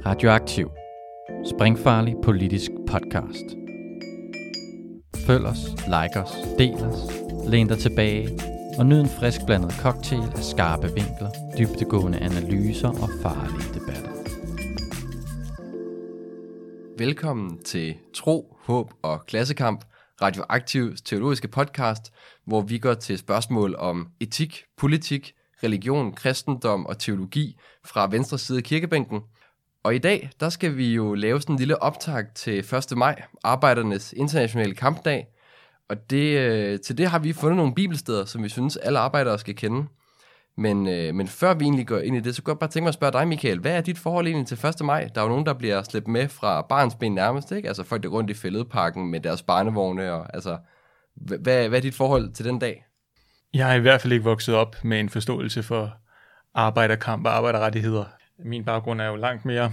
Radioaktiv. Springfarlig politisk podcast. Følg os, like os, del os, læn dig tilbage og nyd en frisk blandet cocktail af skarpe vinkler, dybdegående analyser og farlige debatter. Velkommen til Tro, Håb og Klassekamp, Radioaktivs teologiske podcast, hvor vi går til spørgsmål om etik, politik, religion, kristendom og teologi fra venstre side af kirkebænken. Og i dag, der skal vi jo lave sådan en lille optakt til 1. maj, Arbejdernes Internationale Kampdag. Og til det har vi fundet nogle bibelsteder, som vi synes, alle arbejdere skal kende. Men før vi egentlig går ind i det, så kunne jeg bare tænke mig at spørge dig, Michael. Hvad er dit forhold egentlig til 1. maj? Der er jo nogen, der bliver slæbt med fra barnsben nærmest, ikke? Altså folk, der går rundt i Fælledparken med deres barnevogne. Og, altså, hvad er dit forhold til den dag? Jeg har i hvert fald ikke vokset op med en forståelse for arbejderkamp og arbejderrettigheder. Min baggrund er jo langt mere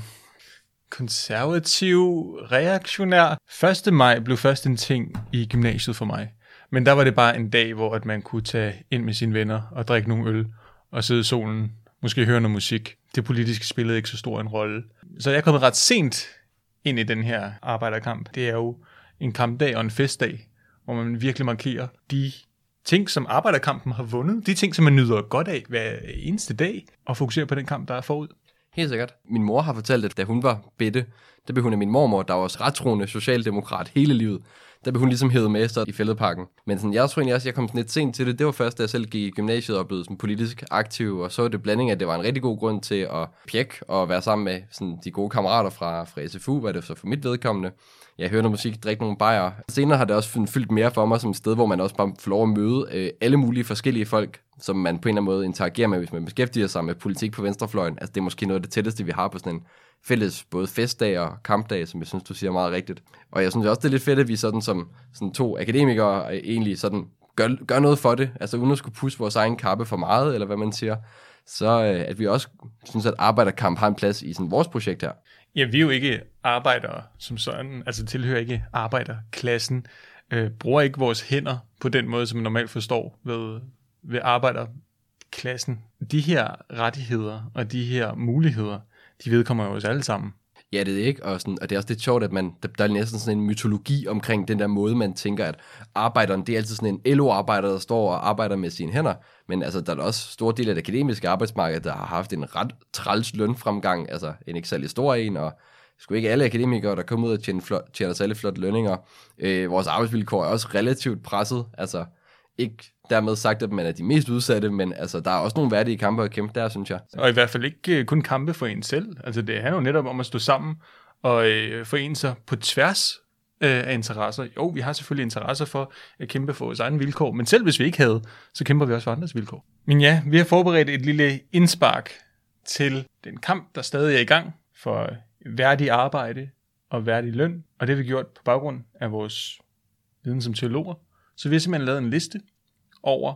konservativ, reaktionær. 1. maj blev først en ting i gymnasiet for mig. Men der var det bare en dag, hvor at man kunne tage ind med sine venner og drikke nogle øl og sidde i solen, måske høre noget musik. Det politiske spillede ikke så stor en rolle. Så jeg er kommet ret sent ind i den her arbejderkamp. Det er jo en kampdag og en festdag, hvor man virkelig markerer de ting, som arbejderkampen har vundet. De ting, som man nyder godt af hver eneste dag, og fokuserer på den kamp, der er forud. Helt sikkert. Min mor har fortalt, at da hun var bitte, der blev hun af min mormor, der var også rettroende socialdemokrat hele livet. Der blev hun ligesom hævet med sig i Fælledparken. Men sådan, jeg tror egentlig også, at jeg kom sådan lidt sent til det. Det var først, da jeg selv gik i gymnasiet og blev sådan politisk aktiv, og så var det blanding, at det var en rigtig god grund til at pjekke og være sammen med sådan, de gode kammerater fra SFU, var det så for mit vedkommende. Jeg hørte noget musik, drikke nogle bajer. Senere har det også fyldt mere for mig som et sted, hvor man også bare får lov at møde alle mulige forskellige folk, som man på en eller anden måde interagerer med, hvis man beskæftiger sig med politik på venstrefløjen. Altså det er måske noget af det tætteste, vi har på sådan en fælles både festdag og kampdag, som jeg synes, du siger meget rigtigt. Og jeg synes også, det er lidt fedt, at vi sådan som sådan to akademikere egentlig sådan gør noget for det, altså uden at skulle pusse vores egen kappe for meget, eller hvad man siger, så at vi også synes, at arbejderkamp har en plads i sådan vores projekt her. Ja, vi er jo ikke arbejdere som sådan, altså tilhører ikke arbejderklassen, bruger ikke vores hænder på den måde, som man normalt forstår ved arbejderklassen. De her rettigheder og de her muligheder, de vedkommer jo os alle sammen. Ja, det er ikke, og det er også lidt sjovt, at der er næsten sådan en mytologi omkring den der måde, man tænker, at arbejderen, det er altid sådan en LO-arbejder, der står og arbejder med sine hænder, men altså, der er også store del af det akademiske arbejdsmarked, der har haft en ret træls lønfremgang, altså en ikke særlig stor en, og sgu ikke alle akademikere, der kommer ud og tjener særlig flotte lønninger. Vores arbejdsvilkår er også relativt presset, altså ikke dermed sagt, at man er de mest udsatte, men altså, der er også nogle værdige kampe at kæmpe der, synes jeg. Og i hvert fald ikke kun kampe for en selv. Altså, det handler jo netop om at stå sammen og forene sig på tværs af interesser. Jo, vi har selvfølgelig interesser for at kæmpe for vores egne vilkår, men selv hvis vi ikke havde, så kæmper vi også for andres vilkår. Men ja, vi har forberedt et lille indspark til den kamp, der stadig er i gang for værdig arbejde og værdig løn, og det har vi gjort på baggrund af vores viden som teologer. Så vi har simpelthen lavet en liste over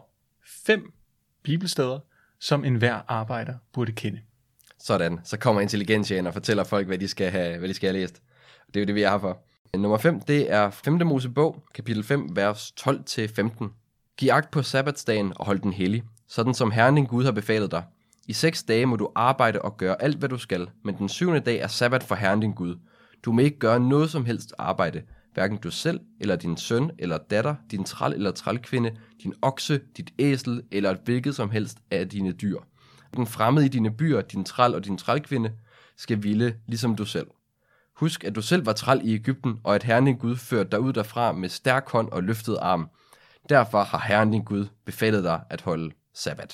5 bibelsteder, som enhver arbejder burde kende. Sådan, så kommer intelligensien og fortæller folk, hvad de skal have læst. Det er jo det, vi er her for. Nummer 5, det er 5. Mosebog, kapitel 5, vers 12-15. Giv agt på sabbatsdagen og hold den hellig, sådan som Herren din Gud har befalet dig. I 6 dage må du arbejde og gøre alt, hvad du skal, men den 7. dag er sabbat for Herren din Gud. Du må ikke gøre noget som helst arbejde, hverken du selv, eller din søn, eller datter, din træl eller trælkvinde, din okse, dit æsel, eller et hvilket som helst af dine dyr. Den fremmede i dine byer, din træl og din trælkvinde, skal hvile ligesom du selv. Husk, at du selv var træl i Egypten, og at Herren din Gud førte dig ud derfra med stærk hånd og løftet arm. Derfor har Herren din Gud befalet dig at holde sabbat.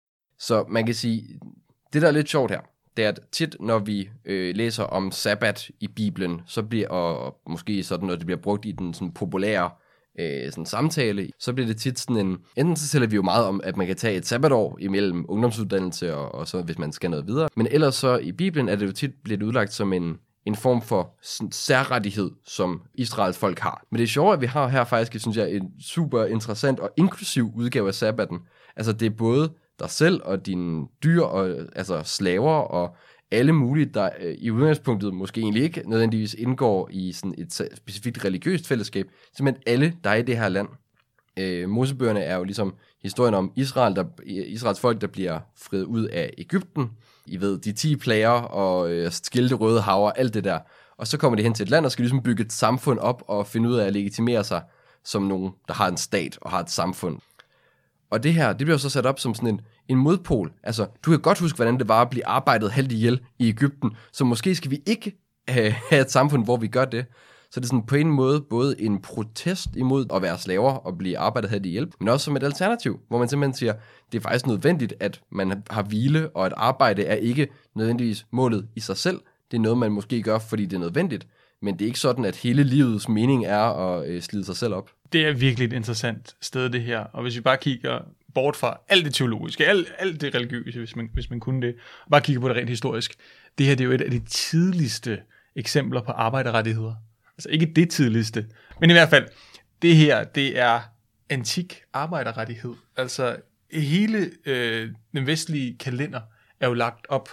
Så man kan sige, det der er lidt sjovt her, det er, at tit, når vi læser om sabbat i Bibelen, så bliver, og måske sådan, når det bliver brugt i den sådan populære sådan samtale, så bliver det tit sådan en, enten så tæller vi jo meget om, at man kan tage et sabbatår imellem ungdomsuddannelse og så, hvis man skal noget videre, men ellers så i Bibelen er det jo tit blevet udlagt som en form for særrettighed, som Israels folk har. Men det er sjovt, at vi har her faktisk, synes jeg, en super interessant og inklusiv udgave af sabbaten. Altså det er både dig selv og dine dyr, og altså slaver og alle mulige, der i udgangspunktet måske egentlig ikke nødvendigvis indgår i sådan et specifikt religiøst fællesskab, simpelthen alle, der er i det her land. Mosebøgerne er jo ligesom historien om Israels folk, der bliver friet ud af Egypten. I ved, de 10 plager og skilte røde haver, alt det der. Og så kommer de hen til et land og skal ligesom bygge et samfund op og finde ud af at legitimere sig som nogen, der har en stat og har et samfund. Og det her, det bliver så sat op som sådan en modpol. Altså, du kan godt huske, hvordan det var at blive arbejdet halvt ihjel i Egypten, så måske skal vi ikke have et samfund, hvor vi gør det. Så det er sådan på en måde både en protest imod at være slaver og blive arbejdet halvt ihjel, men også som et alternativ, hvor man simpelthen siger, det er faktisk nødvendigt, at man har hvile, og at arbejde er ikke nødvendigvis målet i sig selv. Det er noget, man måske gør, fordi det er nødvendigt, men det er ikke sådan, at hele livets mening er at slide sig selv op. Det er virkelig et interessant sted, det her. Og hvis vi bare kigger bort fra alt det teologiske, alt det religiøse, hvis man kunne det, og bare kigger på det rent historisk, det her det er jo et af de tidligste eksempler på arbejderrettigheder. Altså ikke det tidligste, men i hvert fald, det her, det er antik arbejderrettighed. Altså hele den vestlige kalender er jo lagt op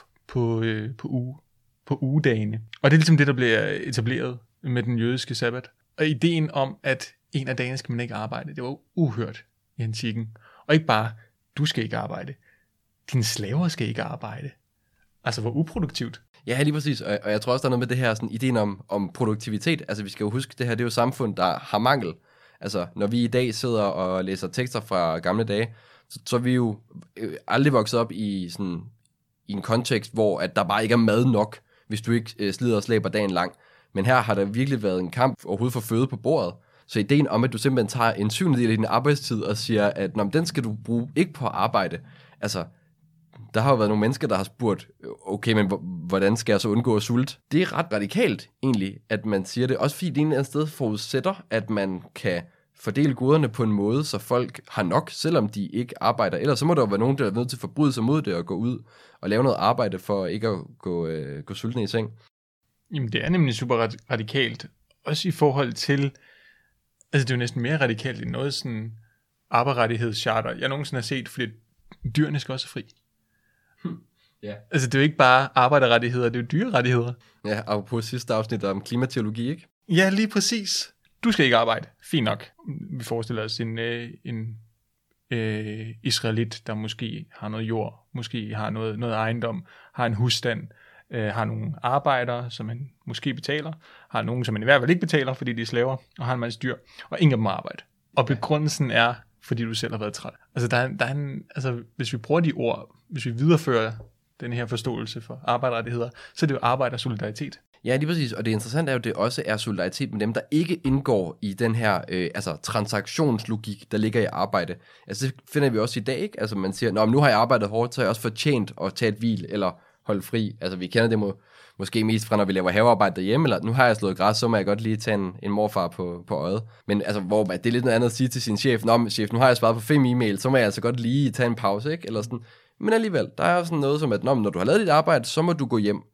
på ugedagene. Og det er ligesom det, der bliver etableret med den jødiske sabbat. Og ideen om, at en af dagene skal man ikke arbejde, det var uhørt i antikken. Og ikke bare, du skal ikke arbejde. Dine slaver skal ikke arbejde. Altså, hvor uproduktivt. Ja, lige præcis. Og jeg tror også, der er noget med det her sådan, ideen om produktivitet. Altså, vi skal jo huske, det her det er jo samfund, der har mangel. Altså, når vi i dag sidder og læser tekster fra gamle dage, så er vi jo aldrig vokset op i en kontekst, hvor at der bare ikke er mad nok, hvis du ikke slider og slæber dagen lang. Men her har der virkelig været en kamp overhovedet for føde på bordet. Så ideen om, at du simpelthen tager en 7. del af din arbejdstid og siger, at den skal du bruge ikke på arbejde. Altså, der har jo været nogle mennesker, der har spurgt, okay, men hvordan skal jeg så undgå at sulte? Det er ret radikalt egentlig, at man siger det. Også fordi det en eller anden sted forudsætter, at man kan fordele goderne på en måde, så folk har nok, selvom de ikke arbejder. Ellers så må der jo være nogen, der er nødt til at forbryde sig mod det og gå ud og lave noget arbejde for ikke at gå sultne i seng. Jamen, det er nemlig super radikalt. Også i forhold til, altså det er jo næsten mere radikalt end noget sådan arbejderrettighedscharter, jeg nogensinde har set, fordi dyrene skal også fri. Ja. Altså det er jo ikke bare arbejderrettigheder, det er jo dyrerettigheder. Ja, og på sidste afsnit om klimateologi, ikke? Ja, lige præcis. Du skal ikke arbejde. Fint nok. Vi forestiller os en israelit, der måske har noget jord, måske har noget ejendom, har en husstand, har nogle arbejdere, som man måske betaler, har nogen, som man i hvert fald ikke betaler, fordi de er slaver, og har en masse dyr, og ingen af dem arbejde. Og begrundelsen er, fordi du selv har været træt. Altså, hvis vi bruger de ord, hvis vi viderefører den her forståelse for arbejderrettigheder, så er det jo arbejdersolidaritet. Ja, lige præcis. Og det interessante er jo, at det også er solidaritet med dem, der ikke indgår i den her transaktionslogik, der ligger i arbejde. Altså det finder vi også i dag, ikke? Altså man siger, nu har jeg arbejdet hårdt, så har jeg også fortjent at tage et hvil eller holde fri. Altså vi kender det måske mest fra, når vi laver havearbejde derhjemme, eller nu har jeg slået græs, så må jeg godt lige tage en morfar på øjet. Men altså, hvor det er lidt noget andet at sige til sin chef, chef, nu har jeg svaret på 5 e-mails, så må jeg altså godt lige tage en pause, ikke? Eller sådan. Men alligevel, der er sådan noget som, at når du har lavet dit arbejde, så må du gå hjem,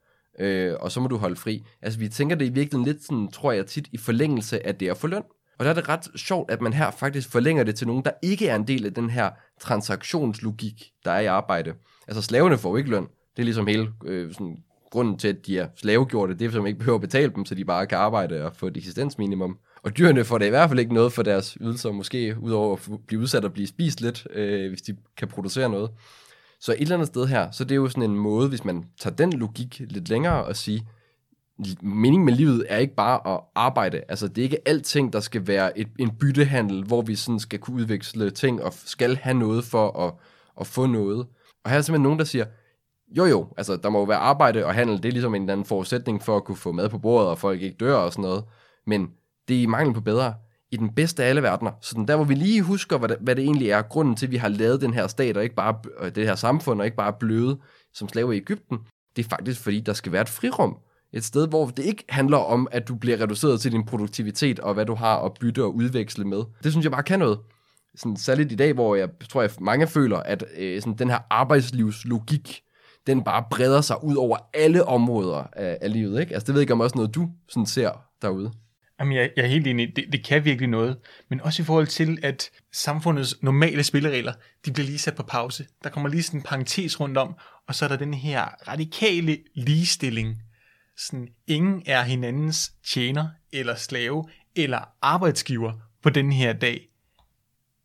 og så må du holde fri. Altså vi tænker det i virkeligheden lidt sådan, tror jeg tit, i forlængelse af det at få løn. Og der er det ret sjovt, at man her faktisk forlænger det til nogen, der ikke er en del af den her transaktionslogik, der er i arbejde. Altså slaverne får jo ikke løn. Det er ligesom hele grunden til, at de er slavegjorte. Det er, fordi man ikke behøver at betale dem, så de bare kan arbejde og få et eksistensminimum. Og dyrene får da i hvert fald ikke noget for deres ydelser, måske udover at blive udsat og blive spist lidt, hvis de kan producere noget. Så et eller andet sted her, så det er jo sådan en måde, hvis man tager den logik lidt længere og sige, meningen med livet er ikke bare at arbejde. Altså det er ikke alting, der skal være en byttehandel, hvor vi sådan skal kunne udveksle ting og skal have noget for at få noget. Og her er simpelthen nogen, der siger, jo, altså der må jo være arbejde og handel, det er ligesom en eller anden forudsætning for at kunne få mad på bordet, og folk ikke dør og sådan noget. Men det er i mangel på bedre. I den bedste af alle verdener. Så der, hvor vi lige husker, hvad det egentlig er grunden til, at vi har lavet den her stat, og ikke bare det her samfund, og ikke bare bløde som slaver i Egypten, det er faktisk, fordi der skal være et frirum. Et sted, hvor det ikke handler om, at du bliver reduceret til din produktivitet, og hvad du har at bytte og udveksle med. Det synes jeg bare kan noget. Sådan, særligt i dag, hvor jeg tror, at mange føler, at sådan, den her arbejdslivslogik, den bare breder sig ud over alle områder af livet. Ikke? Altså, det ved jeg ikke om også noget, du sådan ser derude. Jamen, jeg er helt enig. Det kan virkelig noget. Men også i forhold til, at samfundets normale spilleregler, de bliver lige sat på pause. Der kommer lige sådan en parentes rundt om, og så er der den her radikale ligestilling. Sådan, ingen er hinandens tjener, eller slave, eller arbejdsgiver på den her dag.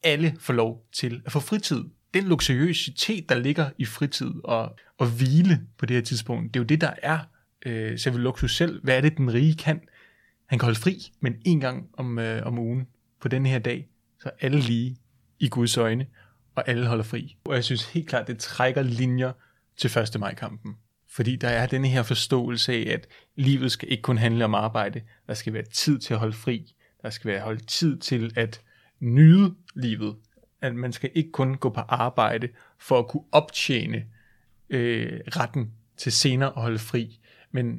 alle får lov til at få fritid. Den luksuriøsitet, der ligger i fritid og hvile på det her tidspunkt, det er jo det, der er selve luksus selv. Hvad er det, den rige kan? Han kan holde fri, men en gang om ugen på denne her dag, så er alle lige i Guds øjne, og alle holder fri. Og jeg synes helt klart, det trækker linjer til 1. maj-kampen. Fordi der er denne her forståelse af, at livet skal ikke kun handle om arbejde. Der skal være tid til at holde fri. Der skal være holdt tid til at nyde livet. At man skal ikke kun gå på arbejde for at kunne optjene retten til senere at holde fri. Men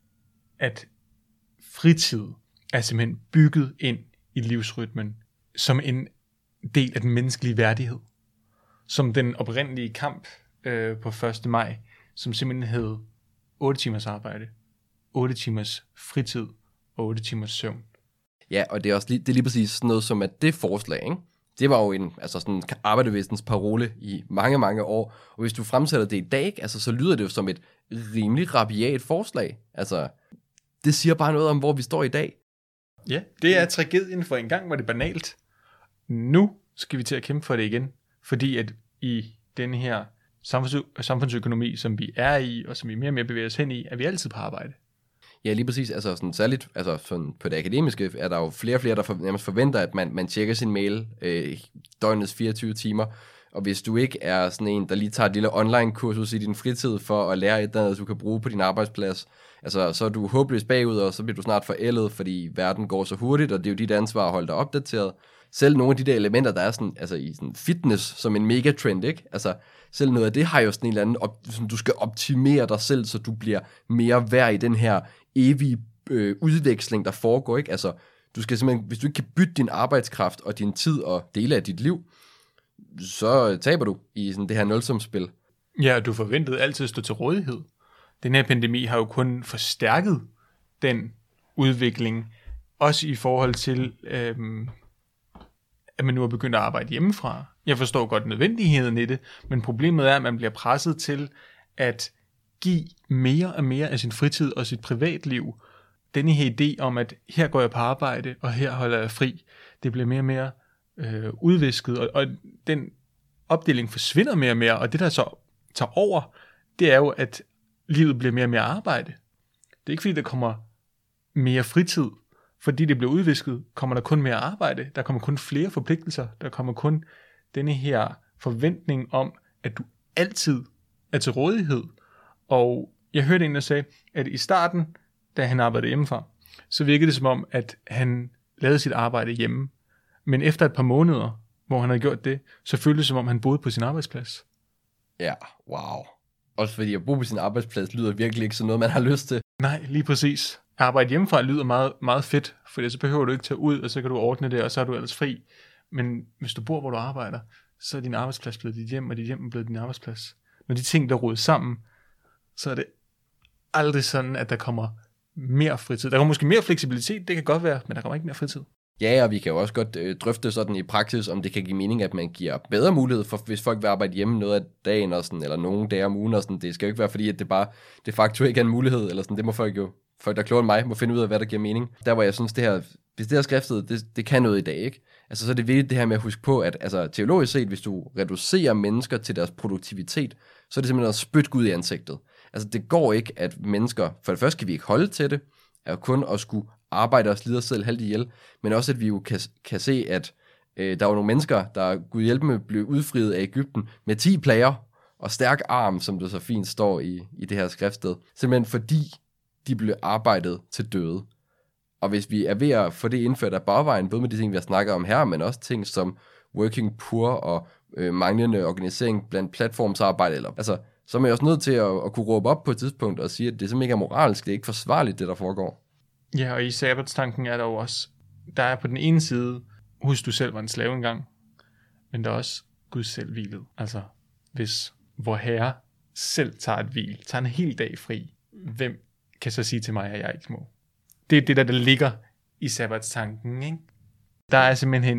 at fritid er simpelthen bygget ind i livsrytmen som en del af den menneskelige værdighed. Som den oprindelige kamp på 1. maj, som simpelthen hed 8 timers arbejde, 8 timers fritid og 8 timers søvn. Ja, og det er lige præcis sådan noget som, at det forslag, ikke? Det var jo sådan en arbejdervæsenens parole i mange, mange år. Og hvis du fremsætter det i dag, altså, så lyder det jo som et rimelig rabiat forslag. Altså, det siger bare noget om, hvor vi står i dag. Ja, det er tragedien, for en gang var det banalt. Nu skal vi til at kæmpe for det igen. Fordi at i den her samfundsøkonomi, som vi er i, og som vi mere og mere bevæger os hen i, er vi altid på arbejde. Ja, lige præcis. Altså sådan særligt sådan på det akademiske er der jo flere og flere, der nærmest forventer, at man tjekker sin mail døgnets 24 timer. Og hvis du ikke er sådan en, der lige tager et lille online-kursus i din fritid for at lære et eller andet, du kan bruge på din arbejdsplads, altså, så er du håbløst bagud, og så bliver du snart forældet, fordi verden går så hurtigt, og det er jo dit ansvar at holde dig opdateret. Selv nogle af de der elementer, der er sådan, altså i sådan fitness som en megatrend, ikke? Altså, selv noget af det har jo sådan en eller anden, sådan, du skal optimere dig selv, så du bliver mere værd i den her evige udveksling, der foregår, ikke? Altså, du skal simpelthen, hvis du ikke kan bytte din arbejdskraft og din tid og dele af dit liv, så taber du i sådan det her nulsumsspil. Ja, du forventede altid at stå til rådighed. Den her pandemi har jo kun forstærket den udvikling, også i forhold til, at man nu er begyndt at arbejde hjemmefra. Jeg forstår godt nødvendigheden i det, men problemet er, at man bliver presset til at give mere og mere af sin fritid og sit privatliv. Denne her idé om, at her går jeg på arbejde, og her holder jeg fri, det bliver mere og mere udvisket, og den opdeling forsvinder mere og mere, og det der så tager over, det er jo, at livet bliver mere og mere arbejde. Det er ikke fordi, der kommer mere fritid, fordi det bliver udvisket, kommer der kun mere arbejde, der kommer kun flere forpligtelser, der kommer kun denne her forventning om, at du altid er til rådighed. Og jeg hørte en, der sagde, at i starten, da han arbejdede hjemmefra, så virkede det som om, at han lavede sit arbejde hjemme. Men efter et par måneder, hvor han havde gjort det, så føltes det som om, han boede på sin arbejdsplads. Ja, wow. Også fordi at bo på sin arbejdsplads lyder virkelig ikke sådan noget, man har lyst til. Nej, lige præcis. Arbejde hjemmefra lyder meget, meget fedt, for så behøver du ikke tage ud, og så kan du ordne det, og så er du ellers fri. Men hvis du bor, hvor du arbejder, så er din arbejdsplads blevet dit hjem, og dit hjem er blevet din arbejdsplads. Når de ting, der rodes sammen, så er det aldrig sådan, at der kommer mere fritid. Der kommer måske mere fleksibilitet, det kan godt være, men der kommer ikke mere fritid. Ja, og vi kan jo også godt drøfte sådan i praksis, om det kan give mening, at man giver bedre mulighed for, hvis folk vil arbejde hjemme noget af dagen, og sådan, eller nogle dage om ugen, og sådan. Det skal jo ikke være, fordi at det bare de facto ikke er en mulighed, eller sådan. Det må folk, der er klogere end mig, må finde ud af, hvad der giver mening. Der hvor jeg synes, hvis det her skriftet, det kan noget i dag, ikke? Altså, så er det vigtigt det her med at huske på, at altså, teologisk set, hvis du reducerer mennesker til deres produktivitet, så er det simpelthen at spytte Gud i ansigtet. Altså, det går ikke, at mennesker, for det første kan vi ikke holde til det, er kun at skulle arbejde og slide os selv halvt ihjel, men også at vi jo kan se, at der var nogle mennesker, der Gud hjælpe med blev udfriet af Egypten med 10 plager og stærk arm, som det så fint står i det her skriftsted. Simpelthen fordi de blev arbejdet til døde. Og hvis vi er ved at få det indført af bagvejen, både med de ting, vi har snakket om her, men også ting som working poor og manglende organisering blandt platformsarbejde, så er man også nødt til at kunne råbe op på et tidspunkt og sige, at det simpelthen ikke er moralsk, det er ikke forsvarligt, det der foregår. Ja, og i sabbatstanken er der jo også, der er på den ene side, husk du selv var en slave engang, men der er også Gud selv hvilet. Altså, hvis vor Herre selv tager et hvil, tager en hel dag fri, hvem kan så sige til mig, at jeg ikke må? Det er det, der ligger i sabbatstanken, ikke? Der er simpelthen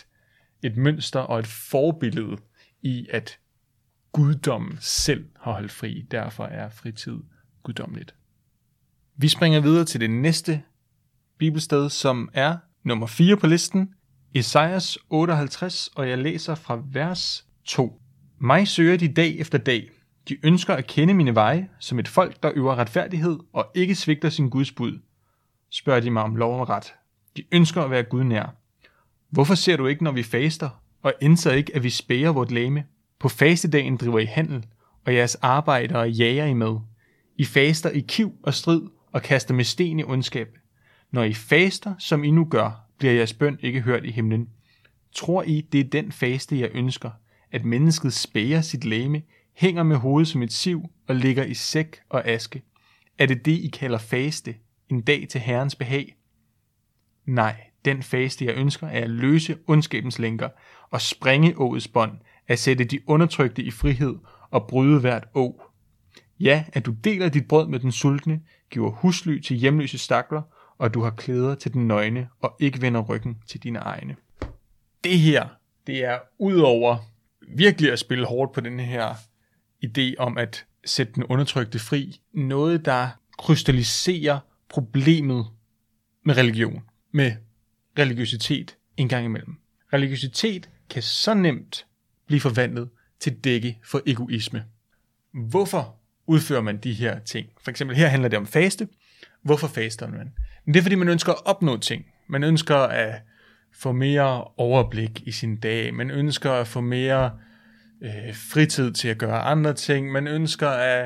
et mønster og et forbillede i, at guddommen selv har holdt fri. Derfor er fritid guddommeligt. Vi springer videre til det næste bibelsted, som er nummer 4 på listen. Esajas 58, og jeg læser fra vers 2. Mig søger de dag efter dag. De ønsker at kende mine veje, som et folk, der øver retfærdighed og ikke svigter sin Guds bud. Spørger de mig om lov og ret. De ønsker at være Gud nær. Hvorfor ser du ikke, når vi faster, og indser ikke, at vi spærer vort legeme? På fastedagen driver I handel, og jeres arbejdere jager I med. I faster i kiv og strid, og kaster med sten i ondskab. Når I faster, som I nu gør, bliver jeres bøn ikke hørt i himlen. Tror I, det er den faste, jeg ønsker, at mennesket spærer sit legeme, hænger med hovedet som et siv og ligger i sæk og aske? Er det det, I kalder faste, en dag til Herrens behag? Nej, den faste, jeg ønsker, er at løse ondskabens lænker og springe åets bånd, at sætte de undertrykte i frihed og bryde hvert å. Ja, at du deler dit brød med den sultne, giver husly til hjemløse stakler, og du har klæder til den nøgne og ikke vender ryggen til dine egne. Det her, det er udover virkelig at spille hårdt på den her idé om at sætte den undertrykte fri, noget der krystalliserer problemet med religion, med religiøsitet en gang imellem. Religiøsitet kan så nemt blive forvandlet til dække for egoisme. Hvorfor udfører man de her ting? For eksempel her handler det om faste. Hvorfor faster man? Men det er fordi man ønsker at opnå ting. Man ønsker at få mere overblik i sin dag. Man ønsker at få mere fritid til at gøre andre ting. Man ønsker at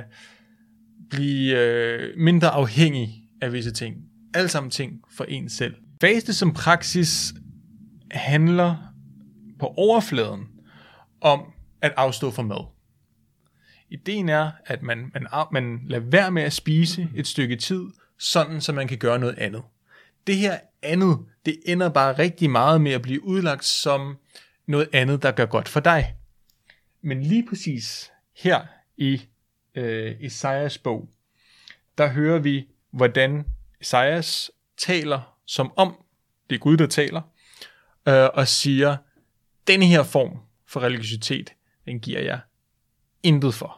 blive mindre afhængig af visse ting. Alle sammen ting for en selv. Faste som praksis handler på overfladen om at afstå fra mad. Ideen er, at man lader være med at spise et stykke tid, sådan så man kan gøre noget andet. Det her andet, det ender bare rigtig meget med at blive udlagt som noget andet, der gør godt for dig. Men lige præcis her i Esajas bog, der hører vi, hvordan Esajas taler som om det er Gud, der taler, og siger, denne her form for religiøsitet, den giver jeg intet for.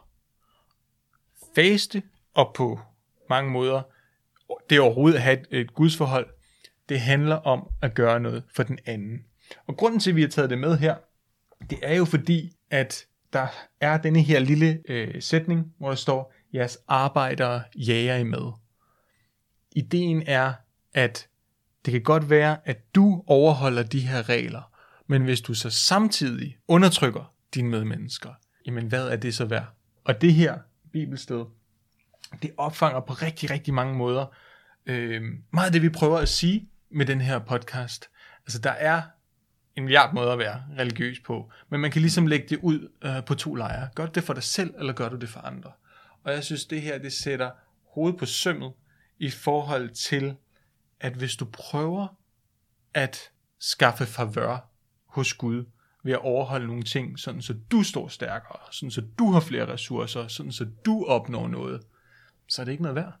Faste, og på mange måder, det overhovedet at have et gudsforhold, det handler om at gøre noget for den anden. Og grunden til, at vi har taget det med her, det er jo fordi, at der er denne her lille sætning, hvor der står, jeres arbejdere jager I med. Ideen er, at det kan godt være, at du overholder de her regler, men hvis du så samtidig undertrykker dine medmennesker, jamen hvad er det så værd? Og det her bibelsted, det opfanger på rigtig, rigtig mange måder meget af det, vi prøver at sige med den her podcast. Altså der er en milliard måder at være religiøs på, men man kan ligesom lægge det ud på to lejre. Gør du det for dig selv, eller gør du det for andre? Og jeg synes, det her, det sætter hovedet på sømmet i forhold til, at hvis du prøver at skaffe favør hos Gud, ved at overholde nogle ting, sådan så du står stærkere, sådan så du har flere ressourcer, sådan så du opnår noget, så er det ikke noget værd.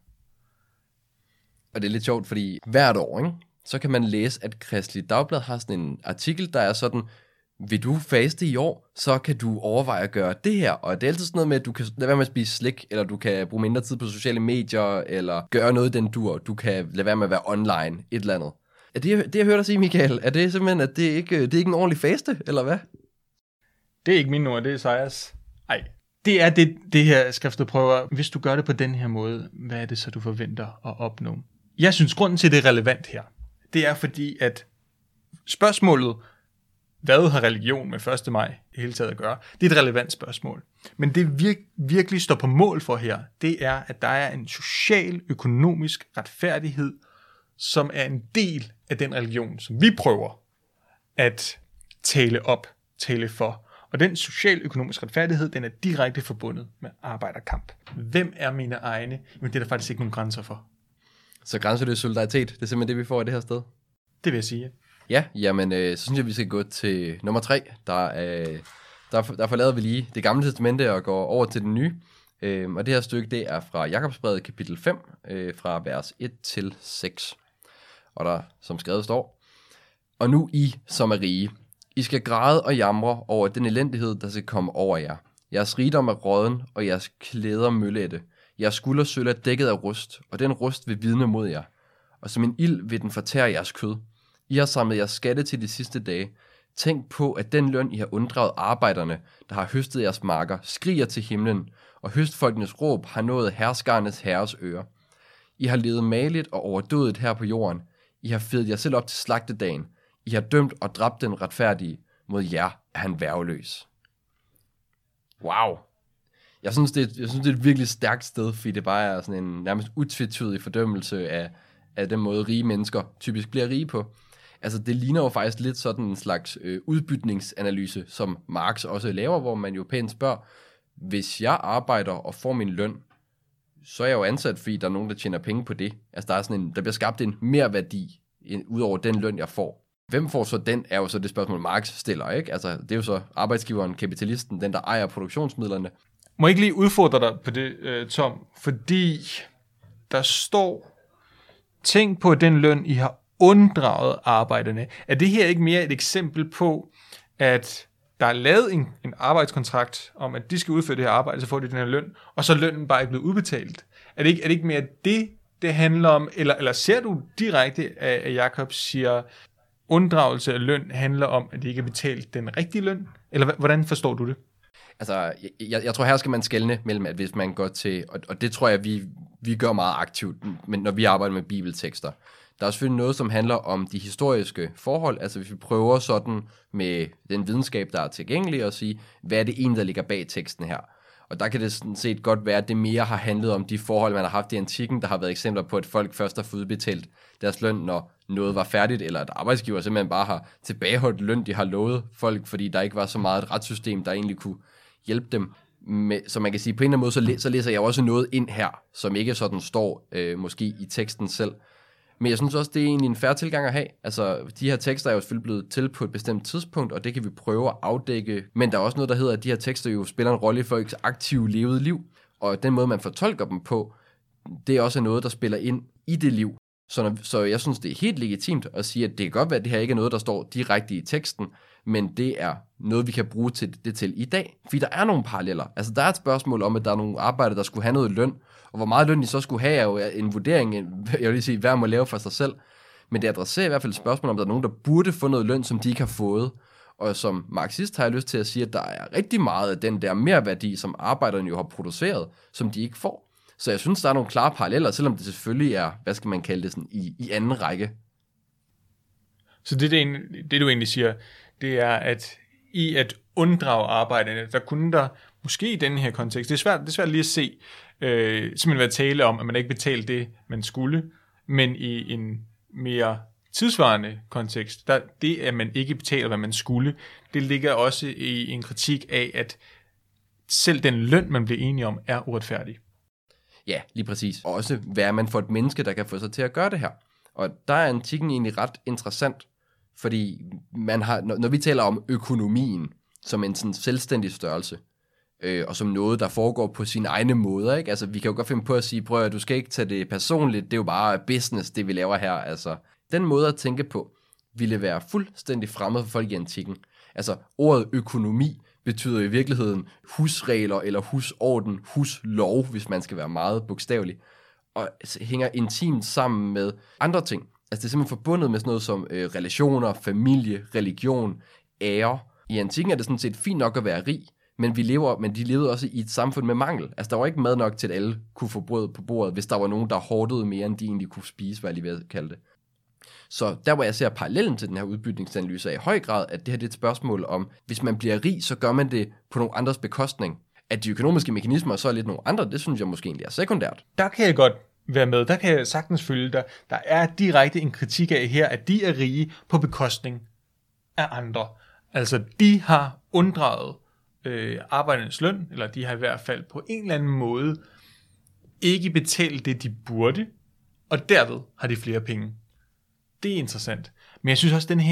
Og det er lidt sjovt, fordi hvert år, ikke, så kan man læse, at Kristeligt Dagblad har sådan en artikel, der er sådan, vil du faste i år, så kan du overveje at gøre det her. Og det er altid sådan noget med, at du kan lade være med at spise slik, eller du kan bruge mindre tid på sociale medier, eller gøre noget den dur. Du kan lade være med at være online, et eller andet. Er det jeg hørte dig sige, Michael, er det simpelthen, at det ikke er en ordentlig faste, eller hvad? Det er ikke mine ord, det er Esajas. Nej, det er det her skriftet prøver. Hvis du gør det på den her måde, hvad er det så, du forventer at opnå? Jeg synes, grunden til, det er relevant her, det er fordi, at spørgsmålet, hvad har religion med 1. maj i hele taget at gøre, det er et relevant spørgsmål. Men det virkelig står på mål for her, det er, at der er en social, økonomisk retfærdighed, som er en del af den religion, som vi prøver at tale for. Og den social-økonomiske retfærdighed, den er direkte forbundet med arbejderkamp. Hvem er mine egne? Men det er der faktisk ikke nogen grænser for. Så grænseløs solidaritet, det er simpelthen det, vi får i det her sted? Det vil jeg sige. Ja, jamen, så synes jeg, vi skal gå til nummer 3. Der forlader vi lige det gamle testamente og går over til det nye. Og det her stykke, det er fra Jakobsbrevet kapitel 5, fra vers 1 til 6. Og der, som skrevet står, og nu I, som er rige, I skal græde og jamre over den elendighed, der skal komme over jer. Jeres rigdom er råden, og jeres klæder møllette. Jeres skuldersøl er dækket af rust, og den rust vil vidne mod jer. Og som en ild vil den fortære jeres kød. I har samlet jeres skatte til de sidste dage. Tænk på, at den løn, I har unddraget arbejderne, der har høstet jeres marker, skriger til himlen, og høstfolkenes råb har nået herskernes herres ører. I har levet maligt og overdådigt her på jorden. I har fedet jer selv op til slagtedagen. I har dømt og dræbt den retfærdige. Mod jer er han værgeløs. Wow. Jeg synes, det er et virkelig stærkt sted, fordi det bare er sådan en nærmest utvetydig fordømmelse af den måde, rige mennesker typisk bliver rige på. Altså, det ligner jo faktisk lidt sådan en slags udbytningsanalyse, som Marx også laver, hvor man jo pænt spørger, hvis jeg arbejder og får min løn, så er jeg jo ansat, fordi der er nogen, der tjener penge på det. Altså, der bliver skabt en mere værdi, ud over den løn, jeg får. Hvem får så den, er jo så det spørgsmål, Marx stiller, ikke? Altså, det er jo så arbejdsgiveren, kapitalisten, den, der ejer produktionsmidlerne. Må jeg ikke lige udfordre dig på det, Tom? Fordi der står, tænk på den løn, I har unddraget arbejderne. Er det her ikke mere et eksempel på, at der er lavet en arbejdskontrakt om, at de skal udføre det her arbejde, så får de den her løn, og så er lønnen bare ikke blevet udbetalt? Er det ikke mere det handler om? Eller ser du direkte, at Jakob siger, unddragelse af løn handler om, at de ikke har betalt den rigtige løn? Eller hvordan forstår du det? Altså, jeg tror, her skal man skelne mellem, at hvis man går til, og det tror jeg, vi gør meget aktivt, men når vi arbejder med bibeltekster. Der er selvfølgelig noget, som handler om de historiske forhold, altså hvis vi prøver sådan med den videnskab, der er tilgængelig, at sige, hvad er det egentlig, der ligger bag teksten her? Og der kan det sådan set godt være, at det mere har handlet om de forhold, man har haft i antikken. Der har været eksempler på, at folk først har fået udbetalt deres løn, når noget var færdigt, eller at arbejdsgiver simpelthen bare har tilbageholdt løn, de har lovet folk, fordi der ikke var så meget et retssystem, der egentlig kunne hjælpe dem. Så man kan sige, på en eller anden måde, så læser jeg også noget ind her, som ikke sådan står måske i teksten selv. Men jeg synes også, det er egentlig en fair tilgang at have. Altså, de her tekster er jo selvfølgelig blevet til på et bestemt tidspunkt, og det kan vi prøve at afdække. Men der er også noget, der hedder, at de her tekster jo spiller en rolle i folks aktive levede liv. Og den måde, man fortolker dem på, det er også noget, der spiller ind i det liv. Så jeg synes, det er helt legitimt at sige, at det kan godt være, at det her ikke er noget, der står direkte i teksten, men det er noget, vi kan bruge det til i dag. Fordi der er nogle paralleller. Altså, der er et spørgsmål om, at der er nogle arbejdere, der skulle have noget løn, og hvor meget løn de så skulle have, er jo en vurdering, jeg vil lige sige, hver må lave for sig selv. Men det adresserer i hvert fald et spørgsmål om, der er nogen, der burde få noget løn, som de ikke har fået. Og som marxist har jeg lyst til at sige, at der er rigtig meget af den der merværdi, som arbejderne jo har produceret, som de ikke får. Så jeg synes, der er nogle klare paralleller, selvom det selvfølgelig er, hvad skal man kalde det, sådan, i anden række. Så det du egentlig siger, det er, at i at unddrage arbejderne, der kunne der måske i denne her kontekst, det er svært lige at se, simpelthen være tale om, at man ikke betalte det, man skulle, men i en mere tidsvarende kontekst, der det, at man ikke betaler, hvad man skulle, det ligger også i en kritik af, at selv den løn, man bliver enige om, er uretfærdig. Ja, lige præcis. Og også, hvad er man for et menneske, der kan få sig til at gøre det her? Og der er antikken egentlig ret interessant, fordi man har, når vi taler om økonomien som en sådan selvstændig størrelse, og som noget, der foregår på sine egne måder, ikke? Altså, vi kan jo godt finde på at sige, prøv at du skal ikke tage det personligt, det er jo bare business, det vi laver her. Altså, den måde at tænke på, ville være fuldstændig fremmed for folk i antikken. Altså, ordet økonomi betyder i virkeligheden husregler eller husorden, huslov, hvis man skal være meget bogstavelig, og hænger intimt sammen med andre ting. Altså, det er simpelthen forbundet med sådan noget som relationer, familie, religion, ære. I antikken er det sådan set fint nok at være rig, men de levede også i et samfund med mangel. Altså, der var ikke mad nok til, at alle kunne få brød på bordet, hvis der var nogen, der hårdede mere, end de egentlig kunne spise, hvad jeg lige vil kalde det. Så der, hvor jeg ser parallellen til den her udbytningsanalyse, er i høj grad, at det her det er et spørgsmål om, hvis man bliver rig, så gør man det på nogle andres bekostning. At de økonomiske mekanismer så er lidt nogle andre, det synes jeg måske egentlig er sekundært. Der kan jeg godt være med. Der kan jeg sagtens følge dig. Der er direkte en kritik af her, at de er rige på bekostning af andre. Altså, de har unddraget arbejdernes løn, eller de har i hvert fald på en eller anden måde ikke betalt det, de burde, og derved har de flere penge. Det er interessant. Men jeg synes også, det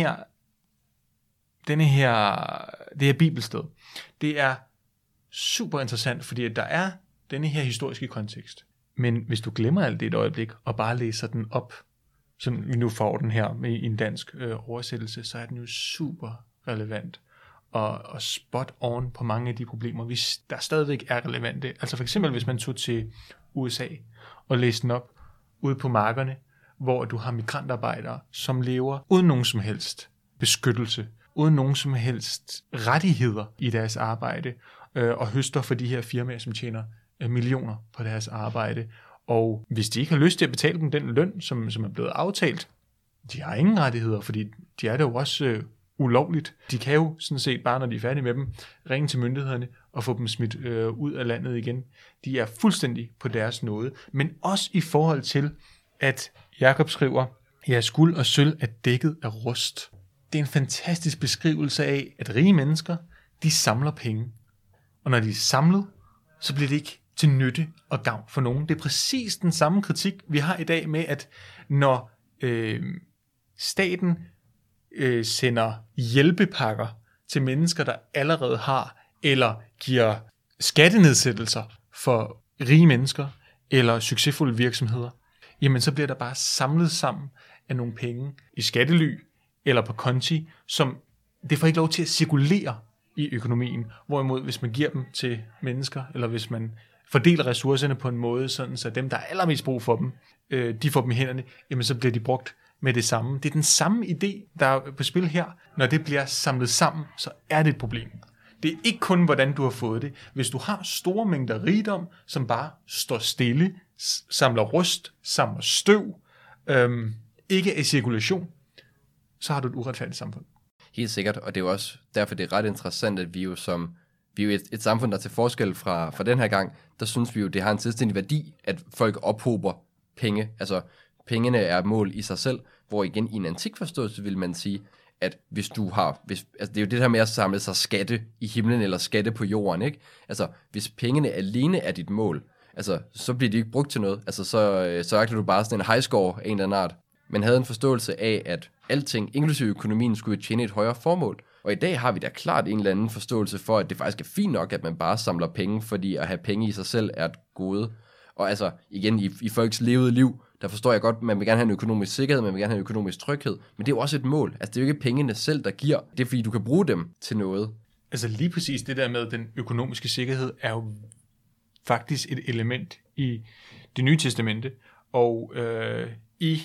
her bibelsted, det er super interessant, fordi der er denne her historiske kontekst. Men hvis du glemmer alt det et øjeblik, og bare læser den op, som vi nu får den her med en dansk oversættelse, så er den jo super relevant og spot on på mange af de problemer, der stadigvæk er relevante. Altså for eksempel, hvis man tog til USA og læste den op ude på markerne, hvor du har migrantarbejdere, som lever uden nogen som helst beskyttelse, uden nogen som helst rettigheder i deres arbejde, og høster for de her firmaer, som tjener millioner på deres arbejde. Og hvis de ikke har lyst til at betale dem den løn, som er blevet aftalt, de har ingen rettigheder, fordi de er det jo også ulovligt. De kan jo sådan set bare, når de er færdige med dem, ringe til myndighederne og få dem smidt ud af landet igen. De er fuldstændig på deres nåde. Men også i forhold til, at Jakob skriver, jeres guld og sølv er dækket af rust. Det er en fantastisk beskrivelse af, at rige mennesker, de samler penge. Og når de er samlet, så bliver det ikke til nytte og gavn for nogen. Det er præcis den samme kritik, vi har i dag med, at når staten sender hjælpepakker til mennesker, der allerede har, eller giver skattenedsættelser for rige mennesker, eller succesfulde virksomheder, jamen så bliver der bare samlet sammen af nogle penge i skattely, eller på konti, som det får ikke lov til at cirkulere i økonomien. Hvorimod, hvis man giver dem til mennesker, eller hvis man fordeler ressourcerne på en måde, sådan så dem, der er allermest brug for dem, de får dem i hænderne, jamen så bliver de brugt med det samme. Det er den samme idé, der er på spil her. Når det bliver samlet sammen, så er det et problem. Det er ikke kun, hvordan du har fået det. Hvis du har store mængder rigdom, som bare står stille, samler rust, samler støv, ikke er i cirkulation, så har du et uretfærdigt samfund. Helt sikkert, og det er jo også derfor, det er ret interessant, at vi er jo et samfund, der til forskel fra den her gang, der synes vi jo, det har en selvstændig værdi, at folk ophober penge. Altså, pengene er mål i sig selv, hvor igen i en antik forståelse vil man sige, at hvis du har, altså det er jo det her med at samle sig skatte i himlen eller skatte på jorden, ikke? Altså, hvis pengene alene er dit mål, altså, så bliver de ikke brugt til noget. Altså, så agter du bare sådan en high score af en eller anden art. Man havde en forståelse af, at alting, inklusive økonomien, skulle tjene et højere formål. Og i dag har vi da klart en eller anden forståelse for, at det faktisk er fint nok, at man bare samler penge, fordi at have penge i sig selv er et gode. Og altså, igen, i folks levede liv, der forstår jeg godt, at man vil gerne have en økonomisk sikkerhed, man vil gerne have en økonomisk tryghed, men det er jo også et mål. Altså, det er jo ikke pengene selv, der giver. Det er fordi, du kan bruge dem til noget. Altså lige præcis det der med den økonomiske sikkerhed, er jo faktisk et element i Det Nye Testamente, og i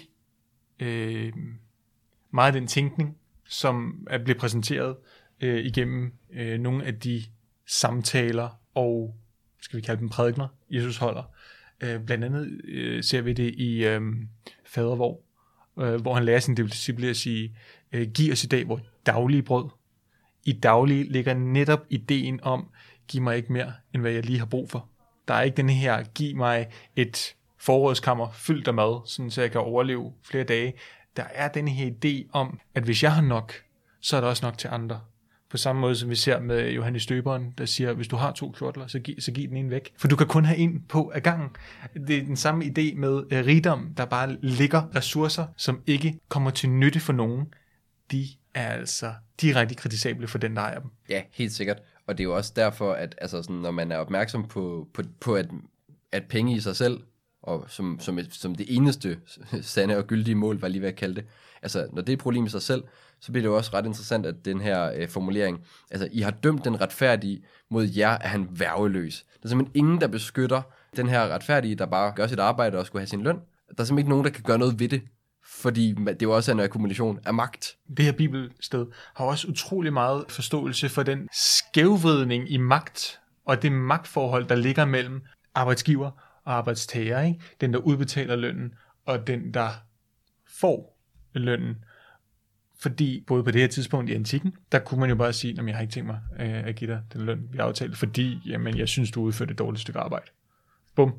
meget af den tænkning, som er blevet præsenteret igennem nogle af de samtaler og, skal vi kalde dem prædikener, Jesus holder. Blandt andet ser vi det i fadervor, hvor han lærer sine disciple at sige, giv os i dag vores daglige brød. I daglige ligger netop ideen om, giv mig ikke mere, end hvad jeg lige har brug for. Der er ikke den her, giv mig et forrådskammer fyldt af mad, sådan så jeg kan overleve flere dage. Der er den her idé om, at hvis jeg har nok, så er der også nok til andre. På samme måde som vi ser med Johannes Døberen, der siger, hvis du har 2 kjortler, så giv den ene væk. For du kan kun have en på ad gangen. Det er den samme idé med rigdom, der bare ligger ressourcer, som ikke kommer til nytte for nogen. De er altså direkte kritisable for den, der ejer dem. Ja, helt sikkert. Og det er jo også derfor, at altså sådan, når man er opmærksom på at penge i sig selv, og som det eneste sande og gyldige mål, var lige ved at kalde det, altså når det er et problem i sig selv, så bliver det jo også ret interessant, at den her formulering, altså I har dømt den retfærdige, mod jer er han værgeløs. Der er simpelthen ingen, der beskytter den her retfærdige, der bare gør sit arbejde og skulle have sin løn. Der er simpelthen ikke nogen, der kan gøre noget ved det, fordi det jo også er en akkumulation af magt. Det her bibelsted har også utrolig meget forståelse for den skævvridning i magt, og det magtforhold, der ligger mellem arbejdsgiver og arbejdstager, ikke? Den, der udbetaler lønnen, og den, der får lønnen. Fordi både på det her tidspunkt i antikken, der kunne man jo bare sige, at jeg har ikke tænkt mig at give dig den løn, vi har aftalt, fordi jamen, jeg synes, du udførte et dårligt stykke arbejde. Bum.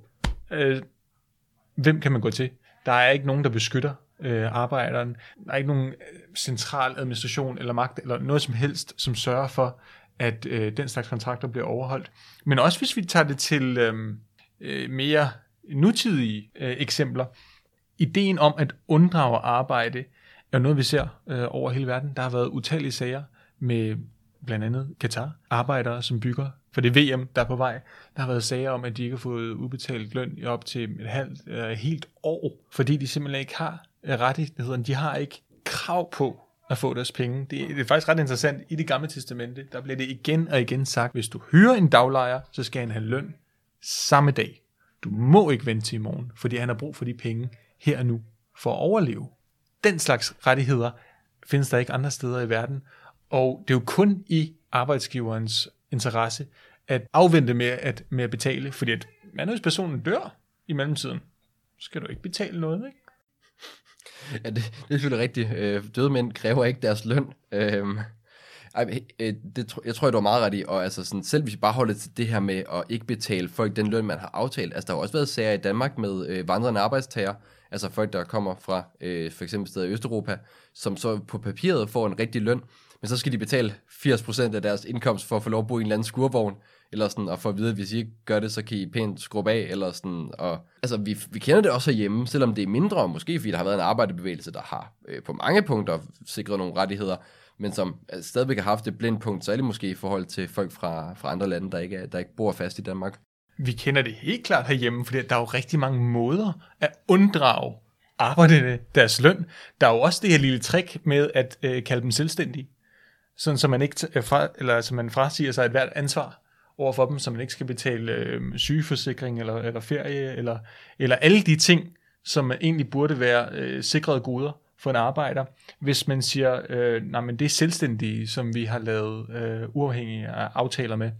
Hvem kan man gå til? Der er ikke nogen, der beskytter arbejderen. Der er ikke nogen central administration eller magt, eller noget som helst, som sørger for, at den slags kontrakter bliver overholdt. Men også hvis vi tager det til mere nutidige eksempler. Ideen om at unddrage arbejde er noget, vi ser over hele verden. Der har været utallige sager med blandt andet Katar. Arbejdere, som bygger for det VM, der er på vej. Der har været sager om, at de ikke har fået udbetalt løn i op til et helt år, fordi de simpelthen ikke har rettighederne. De har ikke krav på at få deres penge. Det er faktisk ret interessant. I Det Gamle Testamente, der bliver det igen og igen sagt, hvis du hyrer en daglejer, så skal han have løn samme dag. Du må ikke vente til i morgen, fordi han har brug for de penge her og nu for at overleve. Den slags rettigheder findes der ikke andre steder i verden, og det er jo kun i arbejdsgiverens interesse at afvente med at betale, fordi at hvis personen dør i mellemtiden, så skal du ikke betale noget, ikke? Ja, det er selvfølgelig rigtigt. Døde mænd kræver ikke deres løn. Jeg tror, du har meget ret i, og altså sådan, selv hvis vi bare holder til det her med at ikke betale folk den løn, man har aftalt, altså der har også været sager i Danmark med vandrende arbejdstager, altså folk, der kommer fra for eksempel steder i Østeuropa, som så på papiret får en rigtig løn, men så skal de betale 80% af deres indkomst for at få lov at bo i en eller anden skurvogn, eller sådan, og for at vide, at hvis I ikke gør det, så kan I pænt skrubbe af, eller sådan, og altså, vi kender det også herhjemme, selvom det er mindre, måske fordi der har været en arbejderbevægelse, der har på mange punkter sikret nogle rettigheder, men som stadigvæk har haft et blindt punkt, særligt måske i forhold til folk fra andre lande, der ikke bor fast i Danmark. Vi kender det helt klart herhjemme, fordi der er jo rigtig mange måder at unddrage arbejderne deres løn. Der er jo også det her lille trick med at kalde dem selvstændige, sådan så man ikke så man frasiger sig et hvert ansvar over for dem, så man ikke skal betale sygeforsikring eller ferie eller alle de ting, som egentlig burde være sikrede goder for en arbejder, hvis man siger, nej, men det er selvstændige, som vi har lavet uafhængige aftaler med.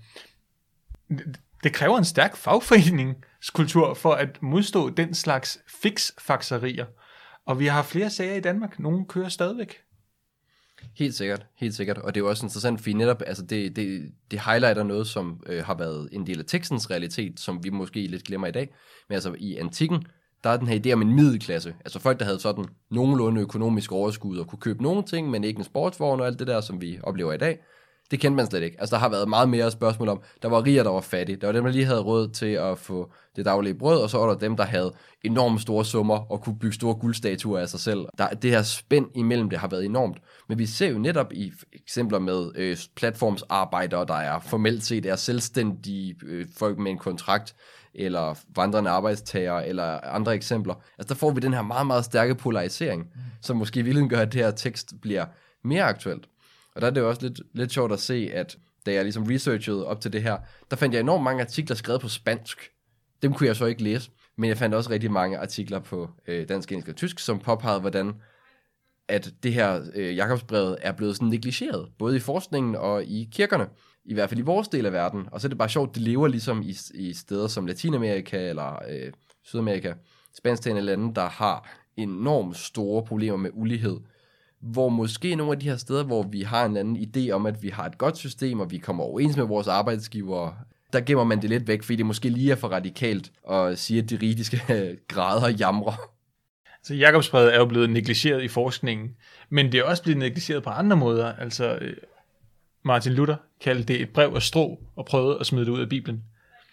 Det kræver en stærk fagforeningskultur for at modstå den slags fiksfakserier. Og vi har flere sager i Danmark. Nogle kører stadigvæk. Helt sikkert. Og det er jo også interessant, fordi netop, altså det highlighter noget, som har været en del af tekstens realitet, som vi måske lidt glemmer i dag. Men altså i antikken, der er den her idé om en middelklasse. Altså folk, der havde sådan nogenlunde økonomisk overskud og kunne købe nogle ting, men ikke en sportsvogn og alt det der, som vi oplever i dag. Det kendte man slet ikke. Altså der har været meget mere spørgsmål om, der var rige, der var fattige. Der var dem, der lige havde råd til at få det daglige brød, og så var der dem, der havde enormt store summer og kunne bygge store guldstatuer af sig selv. Det her spænd imellem det har været enormt. Men vi ser jo netop i eksempler med platformsarbejdere, der er formelt set er selvstændige folk med en kontrakt, eller vandrende arbejdstagere, eller andre eksempler. Altså der får vi den her meget, meget stærke polarisering, som måske i virkeligheden gør, at det her tekst bliver mere aktuelt. Og der er det jo også lidt sjovt at se, at da jeg ligesom researchede op til det her, der fandt jeg enormt mange artikler skrevet på spansk. Dem kunne jeg så ikke læse, men jeg fandt også rigtig mange artikler på dansk, engelsk og tysk, som påpegede, hvordan at det her Jakobsbrevet er blevet sådan negligeret, både i forskningen og i kirkerne, i hvert fald i vores del af verden. Og så er det bare sjovt, det lever ligesom i steder som Latinamerika eller Sydamerika, spansktalende lande, der har enormt store problemer med ulighed, hvor måske nogle af de her steder, hvor vi har en anden idé om, at vi har et godt system, og vi kommer overens med vores arbejdsgivere, der gemmer man det lidt væk, fordi det måske lige er for radikalt at sige, at de rige skal græde og jamre. Så Jakobsbrevet er jo blevet negligeret i forskningen, men det er også blevet negligeret på andre måder. Altså Martin Luther kaldte det et brev af strå og prøvede at smide det ud af Bibelen.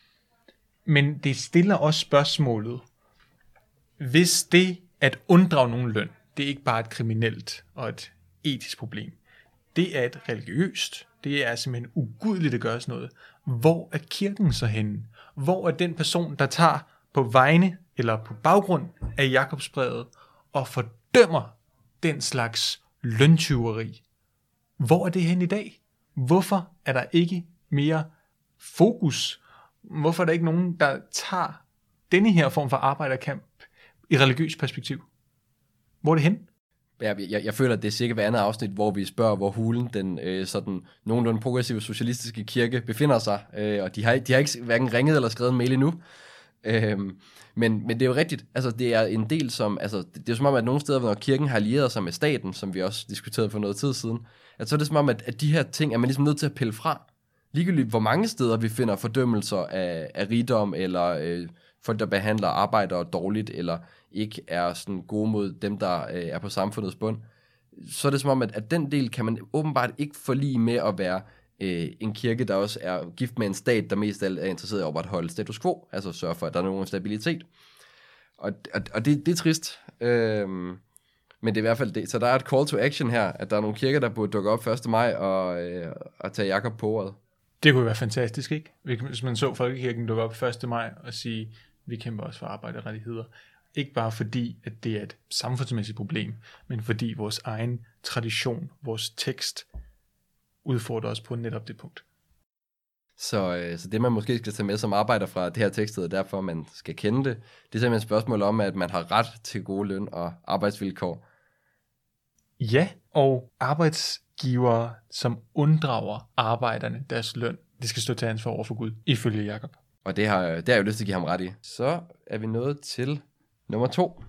Men det stiller også spørgsmålet, hvis det at unddrage nogen løn, det er ikke bare et kriminelt og et etisk problem. Det er et religiøst. Det er simpelthen ugudeligt at gøre sådan noget. Hvor er kirken så henne? Hvor er den person, der tager på vegne eller på baggrund af Jakobsbrevet og fordømmer den slags løntyveri? Hvor er det henne i dag? Hvorfor er der ikke mere fokus? Hvorfor er der ikke nogen, der tager denne her form for arbejderkamp i religiøs perspektiv? Hvor er det hen? Jeg føler, at det er sikkert hver andet afsnit, hvor vi spørger, hvor hulen den sådan nogenlunde progressive socialistiske kirke befinder sig. Og de har ikke hverken ringet eller skrevet en mail endnu. Men det er jo rigtigt. Altså, det er en del som... Altså, det er som om, at nogle steder, når kirken har allieret sig med staten, som vi også diskuterede for noget tid siden, at så er det som om, at de her ting er man ligesom nødt til at pille fra. Ligegyldigt, hvor mange steder vi finder fordømmelser af rigdom, eller folk, der behandler arbejdere dårligt, eller ikke er sådan gode mod dem, der er på samfundets bund, så er det som om, at den del kan man åbenbart ikke forlige med at være en kirke, der også er gift med en stat, der mest af alt er interesseret i at holde status quo, altså sørge for, at der er nogen stabilitet. Og det er trist. Men det er i hvert fald det. Så der er et call to action her, at der er nogle kirker, der burde dukke op 1. maj og tage Jakob på ordet. Det kunne være fantastisk, ikke? Hvis man så Folkekirken dukke op 1. maj og sige, vi kæmper også for arbejderrettigheder. Ikke bare fordi, at det er et samfundsmæssigt problem, men fordi vores egen tradition, vores tekst, udfordrer os på netop det punkt. Så det, man måske skal tage med som arbejder fra det her tekstet, og derfor man skal kende det, det er simpelthen et spørgsmål om, at man har ret til gode løn- og arbejdsvilkår. Ja, og arbejdsgivere, som unddrager arbejderne deres løn, det skal stå til ansvar over for Gud, ifølge Jakob. Og det har jeg jo lyst til at give ham ret i. Så er vi nået til nummer 2.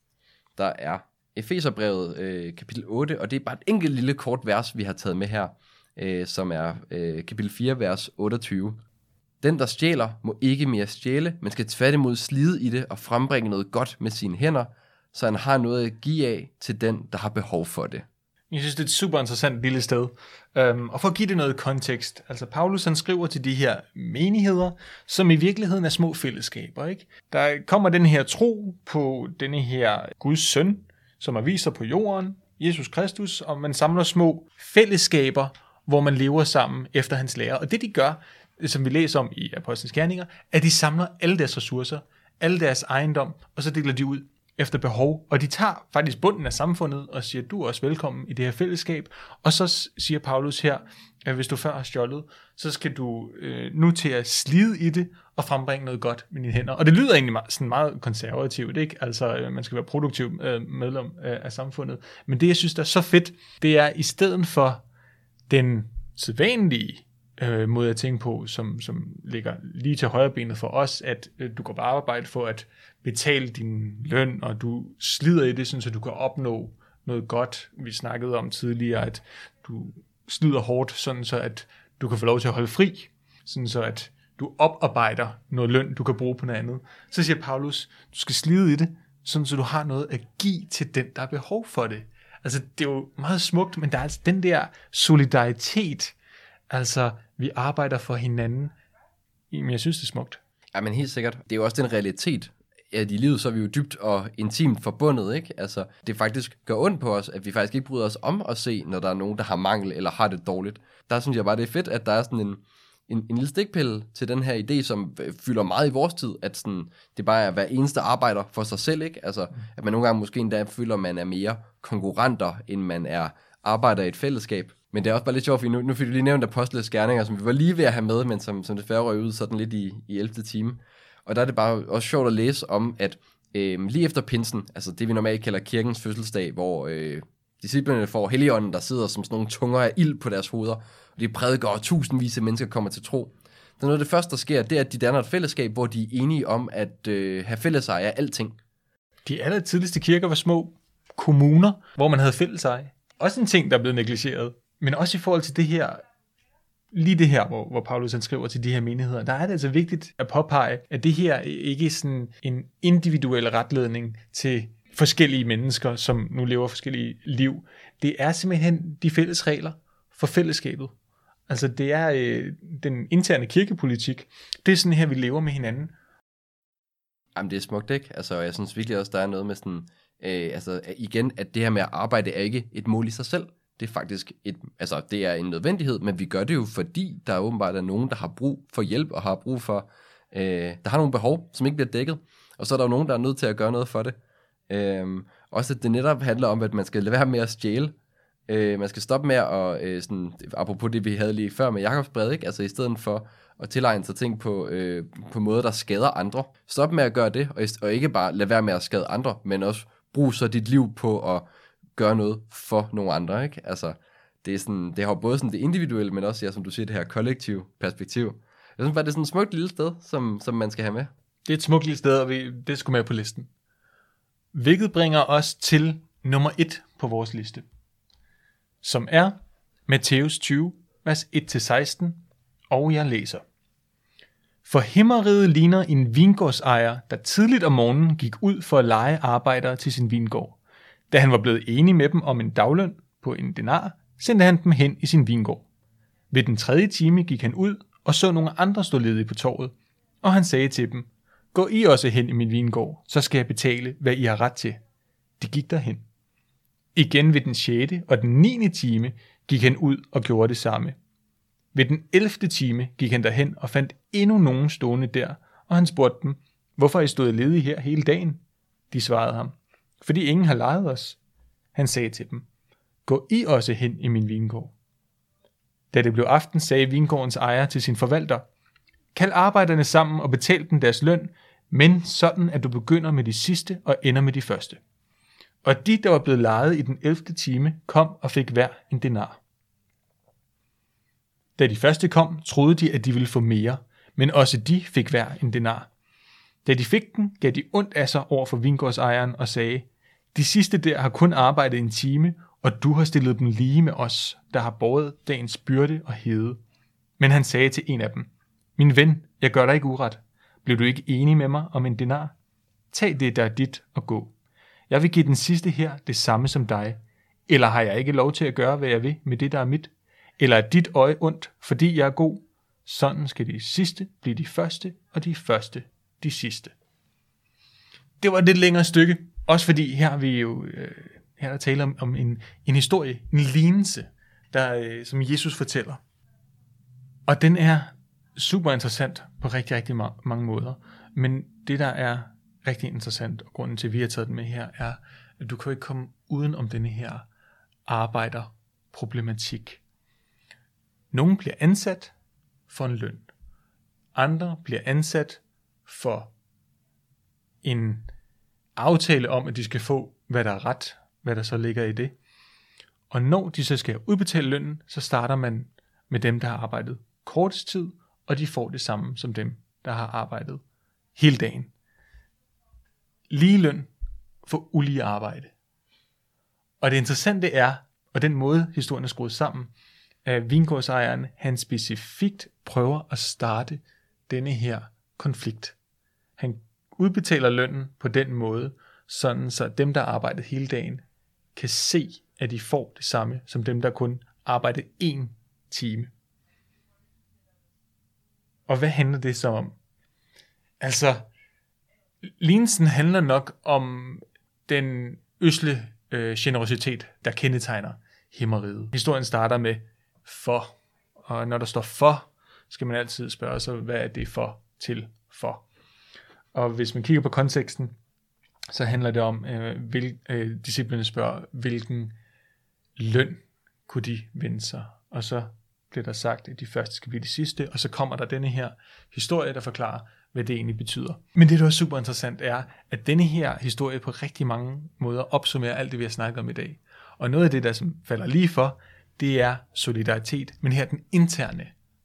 Der er Efeserbrevet kapitel 8, og det er bare et enkelt lille kort vers, vi har taget med her, som er kapitel 4, vers 28. Den, der stjæler, må ikke mere stjæle, men skal tværtimod slide i det og frembringe noget godt med sine hænder, så han har noget at give af til den, der har behov for det. Jeg synes, det er et super interessant lille sted. Og for at give det noget kontekst, altså Paulus han skriver til de her menigheder, som i virkeligheden er små fællesskaber, ikke? Der kommer den her tro på denne her Guds søn, som er vist sig på jorden, Jesus Kristus, og man samler små fællesskaber, hvor man lever sammen efter hans lære. Og det de gør, som vi læser om i Apostlenes Gerninger, at de samler alle deres ressourcer, alle deres ejendom, og så deler de ud efter behov, og de tager faktisk bunden af samfundet og siger, du er også velkommen i det her fællesskab, og så siger Paulus her, at hvis du før har stjålet, så skal du nu til at slide i det og frembringe noget godt med dine hænder. Og det lyder egentlig sådan meget konservativt, ikke? Altså, man skal være produktiv medlem af samfundet. Men det, jeg synes, der er så fedt, det er i stedet for den sædvanlige måde at tænke på, som ligger lige til højre benet for os, at du går på arbejde for at betale din løn, og du slider i det, så du kan opnå noget godt. Vi snakkede om tidligere, at du slider hårdt, sådan så at du kan få lov til at holde fri, sådan så at du oparbejder noget løn, du kan bruge på noget andet. Så siger Paulus, du skal slide i det, sådan så du har noget at give til den, der er behov for det. Altså, det er jo meget smukt, men der er altså den der solidaritet. Altså, vi arbejder for hinanden. Men jeg synes, det er smukt. Ja, men helt sikkert. Det er jo også den realitet, at i livet så er vi jo dybt og intimt forbundet, ikke? Altså, det faktisk gør ondt på os, at vi faktisk ikke bryder os om at se, når der er nogen, der har mangel eller har det dårligt. Der synes jeg bare, det er fedt, at der er sådan en lille stikpille til den her idé, som fylder meget i vores tid, at sådan, det bare er hver eneste arbejder for sig selv, ikke? Altså, at man nogle gange måske endda føler, at man er mere konkurrenter, end man er arbejder i et fællesskab. Men det er også bare lidt sjovt, for nu fik du lige nævnt Apostlenes Gerninger, som vi var lige ved at have med, men som desværre røg ud sådan lidt i 11. time. Og der er det bare også sjovt at læse om, at lige efter pinsen, altså det vi normalt kalder kirkens fødselsdag, hvor disciplene får Helligånden, der sidder som sådan nogle tunger af ild på deres hoveder, og de prædiker, og tusindvis af mennesker kommer til tro. Så noget af det første, der sker, det er, at de danner et fællesskab, hvor de er enige om at have fælleseje af alting. De allertidligste kirker var små kommuner, hvor man havde fælleseje. Også en ting, der er blevet negligeret. Men også i forhold til det her, lige det her, hvor Paulus han skriver til de her menigheder, der er det altså vigtigt at påpege, at det her ikke er sådan en individuel retledning til forskellige mennesker, som nu lever forskellige liv. Det er simpelthen de fælles regler for fællesskabet. Altså det er den interne kirkepolitik. Det er sådan her, vi lever med hinanden. Jamen det er smukt, ikke? Altså jeg synes virkelig også, der er noget med sådan, altså igen, at det her med at arbejde er ikke et mål i sig selv. Det er faktisk det er en nødvendighed, men vi gør det jo, fordi der åbenbart er nogen, der har brug for hjælp, og har brug for, der har nogle behov, som ikke bliver dækket, og så er der jo nogen, der er nødt til at gøre noget for det. Også at det netop handler om, at man skal lade være med at stjæle. Man skal stoppe med at, sådan, apropos det vi havde lige før med Jakobs brev, ikke? Altså i stedet for at tilegne sig ting på måder, der skader andre. Stop med at gøre det, og ikke bare lade være med at skade andre, men også bruge så dit liv på at gøre noget for nogle andre, ikke? Altså, det er sådan, det har både sådan det individuelle, men også, ja, som du siger, det her kollektive perspektiv. Jeg synes bare, det er sådan et smukt lille sted, som man skal have med. Det er et smukt lille sted, og det skulle med på listen. Hvilket bringer os til nummer 1 på vores liste, som er Matthæus 20, vers 1-16, og jeg læser. For himmeriget ligner en vingårdsejer, der tidligt om morgenen gik ud for at leje arbejdere til sin vingård. Da han var blevet enig med dem om en dagløn på en denar, sendte han dem hen i sin vingård. Ved den 3. time gik han ud og så nogle andre stå ledige på torvet, og han sagde til dem, gå I også hen i min vingård, så skal jeg betale, hvad I har ret til. De gik derhen. Igen ved den 6. og den 9. time gik han ud og gjorde det samme. Ved den 11. time gik han derhen og fandt endnu nogen stående der, og han spurgte dem, hvorfor I stod ledige her hele dagen? De svarede ham, fordi ingen har lejet os. Han sagde til dem, gå I også hen i min vingård. Da det blev aften, sagde vingårdens ejer til sin forvalter: Kald arbejderne sammen og betal dem deres løn, men sådan, at du begynder med de sidste og ender med de første. Og de, der var blevet lejet i den 11. time, kom og fik hver en denar. Da de første kom, troede de, at de ville få mere, men også de fik hver en denar. Da de fik den, gav de ondt af sig over for vingårdsejeren og sagde: De sidste der har kun arbejdet en time, og du har stillet dem lige med os, der har båret dagens byrde og hede. Men han sagde til en af dem: Min ven, jeg gør dig ikke uret. Blev du ikke enig med mig om en denar? Tag det, der er dit, og gå. Jeg vil give den sidste her det samme som dig. Eller har jeg ikke lov til at gøre, hvad jeg vil med det, der er mit? Eller er dit øje ondt, fordi jeg er god? Sådan skal de sidste blive de første, og de første de sidste. Det var et lidt længere stykke, også fordi her er vi jo her er der tale om en historie, en lignelse, som Jesus fortæller. Og den er super interessant på rigtig, rigtig mange måder. Men det, der er rigtig interessant, og grunden til, at vi har taget den med her, er, at du kan ikke komme uden om denne her arbejderproblematik. Nogle bliver ansat for en løn. Andre bliver ansat for en aftale om, at de skal få, hvad der er ret, hvad der så ligger i det. Og når de så skal udbetale lønnen, så starter man med dem, der har arbejdet kortest tid, og de får det samme som dem, der har arbejdet hele dagen. Lige løn for ulige arbejde. Og det interessante er, og den måde historien er skruet sammen, at vingårdsejeren, han specifikt prøver at starte denne her konflikt. Han udbetaler lønnen på den måde, sådan så dem, der arbejder hele dagen, kan se, at de får det samme som dem, der kun arbejder 1 time. Og hvad handler det så om? Altså, lignelsen handler nok om den ødsle generøsitet, der kendetegner himmeriget. Historien starter med for, og når der står for, skal man altid spørge sig, hvad er det til for? Og hvis man kigger på konteksten, så handler det om, disciplene spørger, hvilken løn kunne de vinde sig? Og så bliver der sagt, at de første skal blive de sidste, og så kommer der denne her historie, der forklarer, hvad det egentlig betyder. Men det, der er super interessant, er, at denne her historie på rigtig mange måder opsummerer alt det, vi har snakket om i dag. Og noget af det, der som falder lige for, det er solidaritet, men her den interne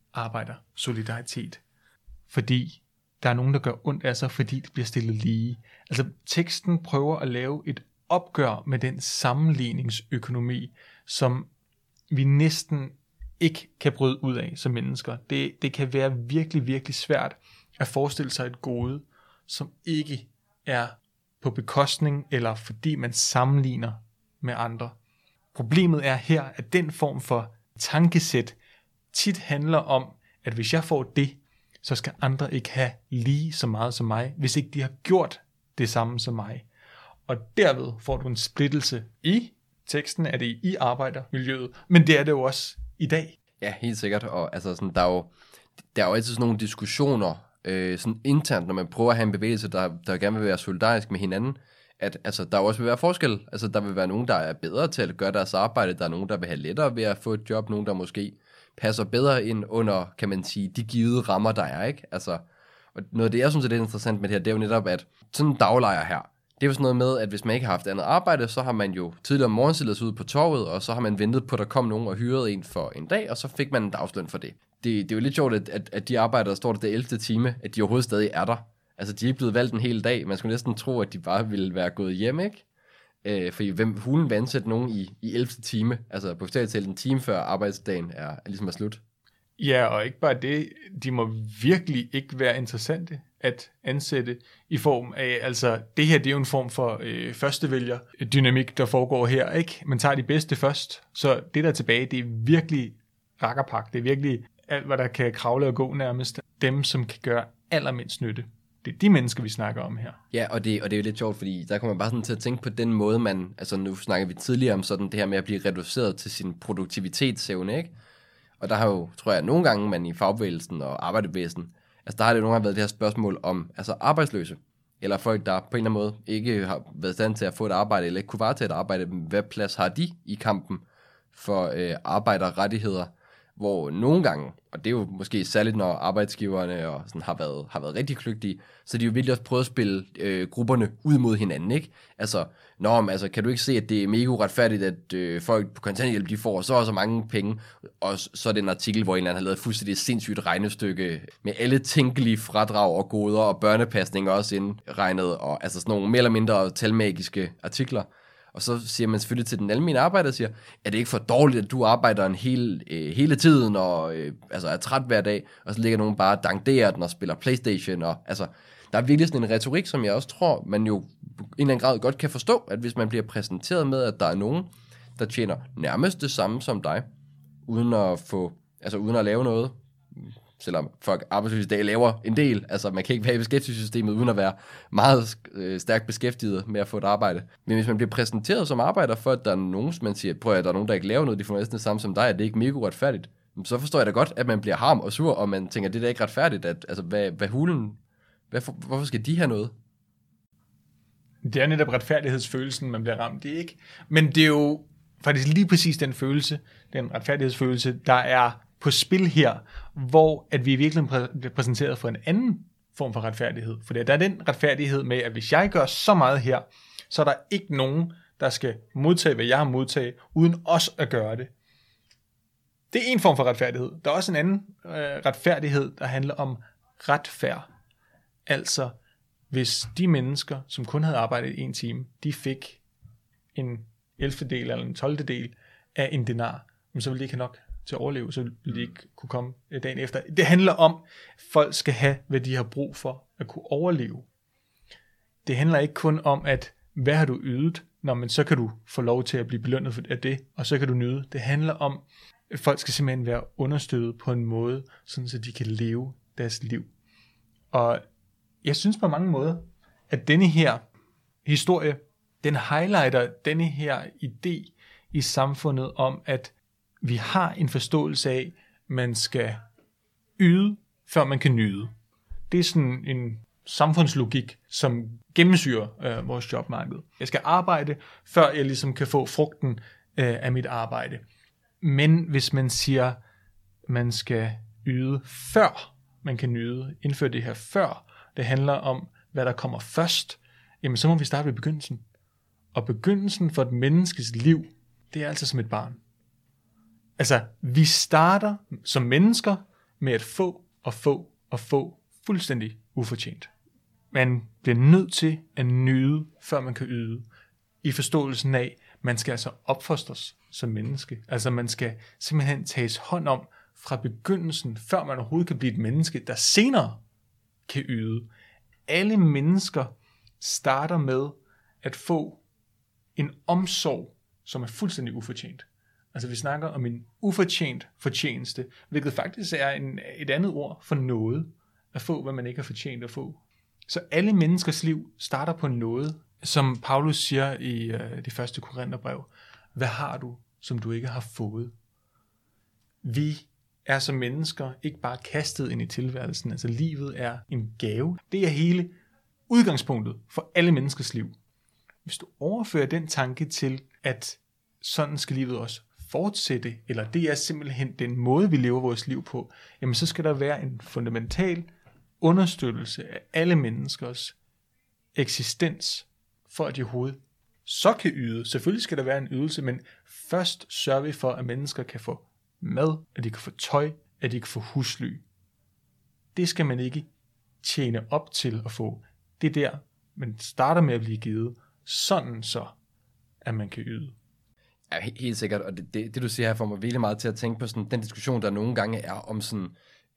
arbejdersolidaritet. Fordi der er nogen, der gør ondt af sig, fordi det bliver stillet lige. Altså teksten prøver at lave et opgør med den sammenligningsøkonomi, som vi næsten ikke kan bryde ud af som mennesker. Det kan være virkelig, virkelig svært at forestille sig et gode, som ikke er på bekostning, eller fordi man sammenligner med andre. Problemet er her, at den form for tankesæt tit handler om, at hvis jeg får det, så skal andre ikke have lige så meget som mig, hvis ikke de har gjort det samme som mig. Og derved får du en splittelse i teksten, er det i arbejdermiljøet, men det er det jo også i dag. Ja, helt sikkert. Og altså, sådan, der er jo altid sådan nogle diskussioner sådan internt, når man prøver at have en bevægelse, der gerne vil være solidarisk med hinanden, at altså, der også vil være forskel. Altså, der vil være nogen, der er bedre til at gøre deres arbejde, der er nogen, der vil have lettere ved at få et job, nogen, der måske passer bedre ind under, kan man sige, de givet rammer, der er, ikke? Altså, og noget af det, jeg synes er lidt interessant med det her, det er jo netop, at sådan en daglejer her, det er jo sådan noget med, at hvis man ikke har haft andet arbejde, så har man jo tidligere om morgenen stillet sig ud på torvet, og så har man ventet på, at der kom nogen og hyrede en for en dag, og så fik man en dagsløn for det. Det er jo lidt sjovt, at de arbejdere, der står der 11. time, at de overhovedet stadig er der. Altså, de er ikke blevet valgt en hel dag. Man skulle næsten tro, at de bare ville være gået hjem, ikke? Fordi hvem hulen vil ansætte nogen i 11. time? Altså, bogstaveligt talt en time før arbejdsdagen er ligesom slut. Ja, og ikke bare det. De må virkelig ikke være interessante at ansætte i form af, altså, det her, det er jo en form for førstevælger dynamik, der foregår her, ikke? Man tager de bedste først. Så det, der er tilbage, det er virkelig rakkerpak. Det er virkelig alt, hvad der kan kravle og gå nærmest. Dem, som kan gøre allermindst nytte. Det er de mennesker, vi snakker om her. Ja, og det er jo lidt sjovt, fordi der kommer man bare sådan til at tænke på den måde, man, altså nu snakker vi tidligere om sådan det her med at blive reduceret til sin produktivitetsevne, ikke? Og der har jo, tror jeg, nogle gange man i fagbevægelsen og arbejderbevægelsen, altså der har det nogle gange været det her spørgsmål om, altså arbejdsløse, eller folk, der på en eller anden måde ikke har været i stand til at få et arbejde, eller ikke kunne varetage et arbejde, hvad plads har de i kampen for arbejderrettigheder? hvor nogle gange, og det er jo måske særligt, når arbejdsgiverne og sådan har været rigtig kløgtige, så de jo virkelig også prøvet at spille grupperne ud mod hinanden, ikke? Altså, kan du ikke se, at det er mega uretfærdigt, at folk på kontanthjælp, de får så mange penge, og så er det en artikel, hvor en eller anden har lavet fuldstændig sindssygt regnestykke med alle tænkelige fradrag og goder og børnepasning også indregnet, og altså sådan nogle mere eller mindre talmagiske artikler. Og så siger man selvfølgelig til den almindelige arbejder, siger, er det ikke for dårligt, at du arbejder hele tiden, og er træt hver dag, og så ligger nogen bare og dankderer den og spiller PlayStation, og altså, der er virkelig sådan en retorik, som jeg også tror, man jo i en eller anden grad godt kan forstå, at hvis man bliver præsenteret med, at der er nogen, der tjener nærmest det samme som dig, uden at lave noget, selvom folk arbejdsløse i dag laver en del, altså man kan ikke være i beskæftigelsessystemet uden at være meget stærkt beskæftiget med at få et arbejde. Men hvis man bliver præsenteret som arbejder for, at der er nogen, man siger, prøv at der er nogen, der ikke laver noget, de får næsten det samme som dig, at det ikke mega uretfærdigt, så forstår jeg da godt, at man bliver harm og sur, og man tænker, det er da ikke retfærdigt, at, altså hvorfor skal de have noget? Det er netop retfærdighedsfølelsen, man bliver ramt i, ikke? Men det er jo faktisk lige præcis den følelse, den retfærdighedsfølelse, der er på spil her, hvor at vi virkelig bliver præsenteret for en anden form for retfærdighed. For der er den retfærdighed med, at hvis jeg gør så meget her, så er der ikke nogen, der skal modtage, hvad jeg har modtaget, uden også at gøre det. Det er en form for retfærdighed. Der er også en anden retfærdighed, der handler om retfærd. Altså, hvis de mennesker, som kun havde arbejdet i 1 time, de fik en 11. del eller en 12. del af en denar, så ville de ikke have nok til at overleve, så ville de ikke kunne komme dagen efter. Det handler om, at folk skal have, hvad de har brug for at kunne overleve. Det handler ikke kun om, at hvad har du ydet, men så kan du få lov til at blive belønnet af det, og så kan du nyde. Det handler om, at folk skal simpelthen være understøttet på en måde, sådan så de kan leve deres liv. Og jeg synes på mange måder, at denne her historie, den highlighter denne her idé i samfundet om, at vi har en forståelse af, at man skal yde, før man kan nyde. Det er sådan en samfundslogik, som gennemsyrer vores jobmarked. Jeg skal arbejde, før jeg ligesom kan få frugten af mit arbejde. Men hvis man siger, man skal yde, før man kan nyde, indføre det her før, det handler om, hvad der kommer først, jamen så må vi starte ved begyndelsen. Og begyndelsen for et menneskes liv, det er altså som et barn. Altså, vi starter som mennesker med at få fuldstændig ufortjent. Man bliver nødt til at nyde, før man kan yde. I forståelsen af, man skal altså opfostres som menneske. Altså, man skal simpelthen tages hånd om fra begyndelsen, før man overhovedet kan blive et menneske, der senere kan yde. Alle mennesker starter med at få en omsorg, som er fuldstændig ufortjent. Altså vi snakker om en ufortjent fortjeneste, hvilket faktisk er et andet ord for noget, at få, hvad man ikke har fortjent at få. Så alle menneskers liv starter på noget, som Paulus siger i det første Korintherbrev. Hvad har du, som du ikke har fået? Vi er som mennesker ikke bare kastet ind i tilværelsen, altså livet er en gave. Det er hele udgangspunktet for alle menneskers liv. Hvis du overfører den tanke til, at sådan skal livet også fortsætte, eller det er simpelthen den måde, vi lever vores liv på, jamen så skal der være en fundamental understøttelse af alle menneskers eksistens, for at de overhovedet så kan yde. Selvfølgelig skal der være en ydelse, men først sørger vi for, at mennesker kan få mad, at de kan få tøj, at de kan få husly. Det skal man ikke tjene op til at få. Det er der, man starter med at blive givet, sådan så, at man kan yde. Ja, helt sikkert, og det du siger her får mig virkelig meget til at tænke på sådan den diskussion, der nogle gange er om sådan,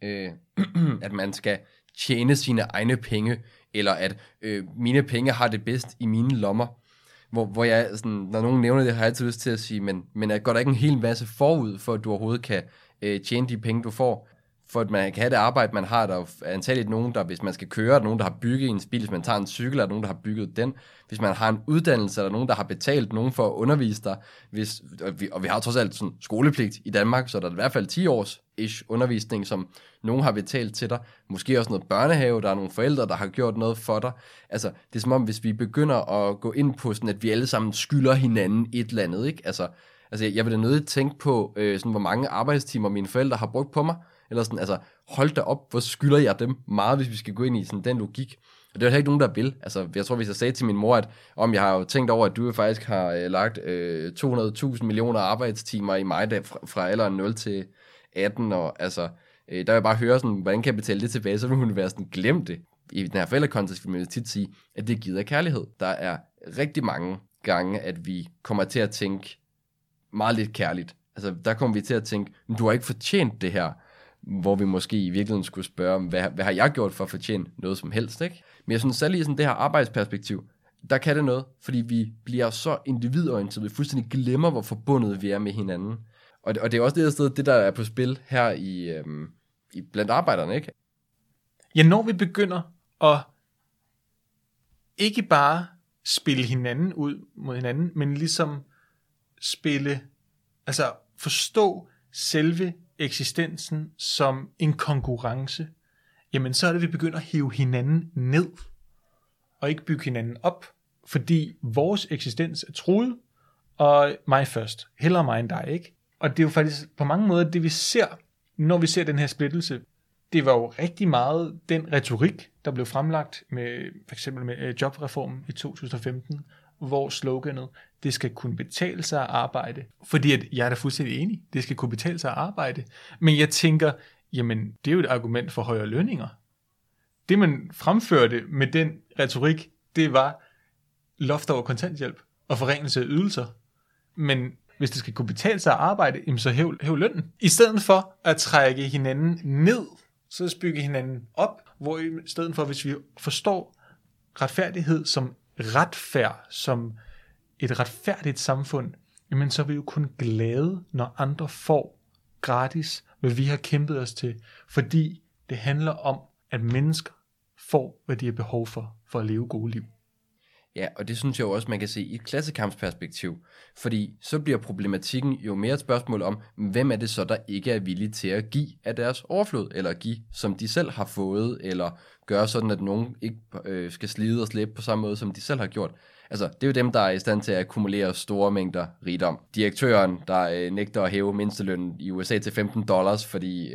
at man skal tjene sine egne penge, eller at mine penge har det bedst i mine lommer. Hvor jeg, sådan, når nogen nævner det, har jeg altid lyst til at sige, men går der ikke en hel masse forud, for at du overhovedet kan tjene de penge, du får? For at man kan have det arbejde, man har, der er antageligt nogen, der, hvis man skal køre, er der nogen, der har bygget en bil, hvis man tager en cykel, er der nogen, der har bygget den. Hvis man har en uddannelse, er der nogen, der har betalt nogen for at undervise dig. Og vi har trods alt sådan skolepligt i Danmark, så er der i hvert fald 10 års-ish undervisning, som nogen har betalt til dig. Måske også noget børnehave, der er nogle forældre, der har gjort noget for dig. Altså, det er som om, hvis vi begynder at gå ind på sådan, at vi alle sammen skylder hinanden et eller andet, ikke? Altså, Altså, jeg vil da nødigt tænke på, sådan, hvor mange arbejdstimer mine forældre har brugt på mig, eller sådan, altså, hold da op, hvor skylder jeg dem meget, hvis vi skal gå ind i sådan den logik. Og det er jo ikke nogen, der vil. Altså, jeg tror, hvis jeg sagde til min mor, at jeg har jo tænkt over, at du faktisk har lagt 200.000 millioner arbejdstimer i mig, fra alderen 0 til 18, og altså, der vil jeg bare høre sådan, hvordan kan jeg betale det tilbage, så vil hun være sådan, glem det. I den her forældrekontekst vil man tit sige, at det giver kærlighed. Der er rigtig mange gange, at vi kommer til at tænke meget lidt kærligt. Altså, der kommer vi til at tænke, du har ikke fortjent det her, hvor vi måske i virkeligheden skulle spørge, hvad har jeg gjort for at fortjene noget som helst, ikke? Men jeg synes selv i sådan det her arbejdsperspektiv, der kan det noget, fordi vi bliver så individorienteret, vi fuldstændig glemmer, hvor forbundet vi er med hinanden. Og det er også det der er på spil her i blandt arbejderne, ikke? Ja, når vi begynder at ikke bare spille hinanden ud mod hinanden, men ligesom forstå selve eksistensen som en konkurrence, jamen så er det, vi begynder at hive hinanden ned, og ikke bygge hinanden op, fordi vores eksistens er truet, og mig først, hellere mig end dig, ikke? Og det er jo faktisk på mange måder det, vi ser, når vi ser den her splittelse. Det var jo rigtig meget den retorik, der blev fremlagt med for eksempel med jobreformen i 2015, hvor sloganet, det skal kunne betale sig at arbejde. Fordi at jeg er da fuldstændig enig, det skal kunne betale sig at arbejde. Men jeg tænker, jamen det er jo et argument for højere lønninger. Det man fremførte med den retorik, det var loft over kontanthjælp og forringelse af ydelser. Men hvis det skal kunne betale sig at arbejde, jamen så hæv lønnen. I stedet for at trække hinanden ned, så bygge hinanden op, hvor i stedet for, hvis vi forstår retfærdighed som retfærd, som et retfærdigt samfund, jamen så er vi jo kun glade, når andre får gratis, hvad vi har kæmpet os til, fordi det handler om, at mennesker får, hvad de har behov for at leve gode liv. Ja, og det synes jeg jo også, man kan se i et klassekampsperspektiv, fordi så bliver problematikken jo mere et spørgsmål om, hvem er det så, der ikke er villige til at give af deres overflod, eller give, som de selv har fået, eller gøre sådan, at nogen ikke skal slide og slæbe på samme måde, som de selv har gjort. Altså, det er jo dem, der er i stand til at akkumulere store mængder rigdom. Direktøren, der nægter at hæve mindstelønnen i USA til $15, fordi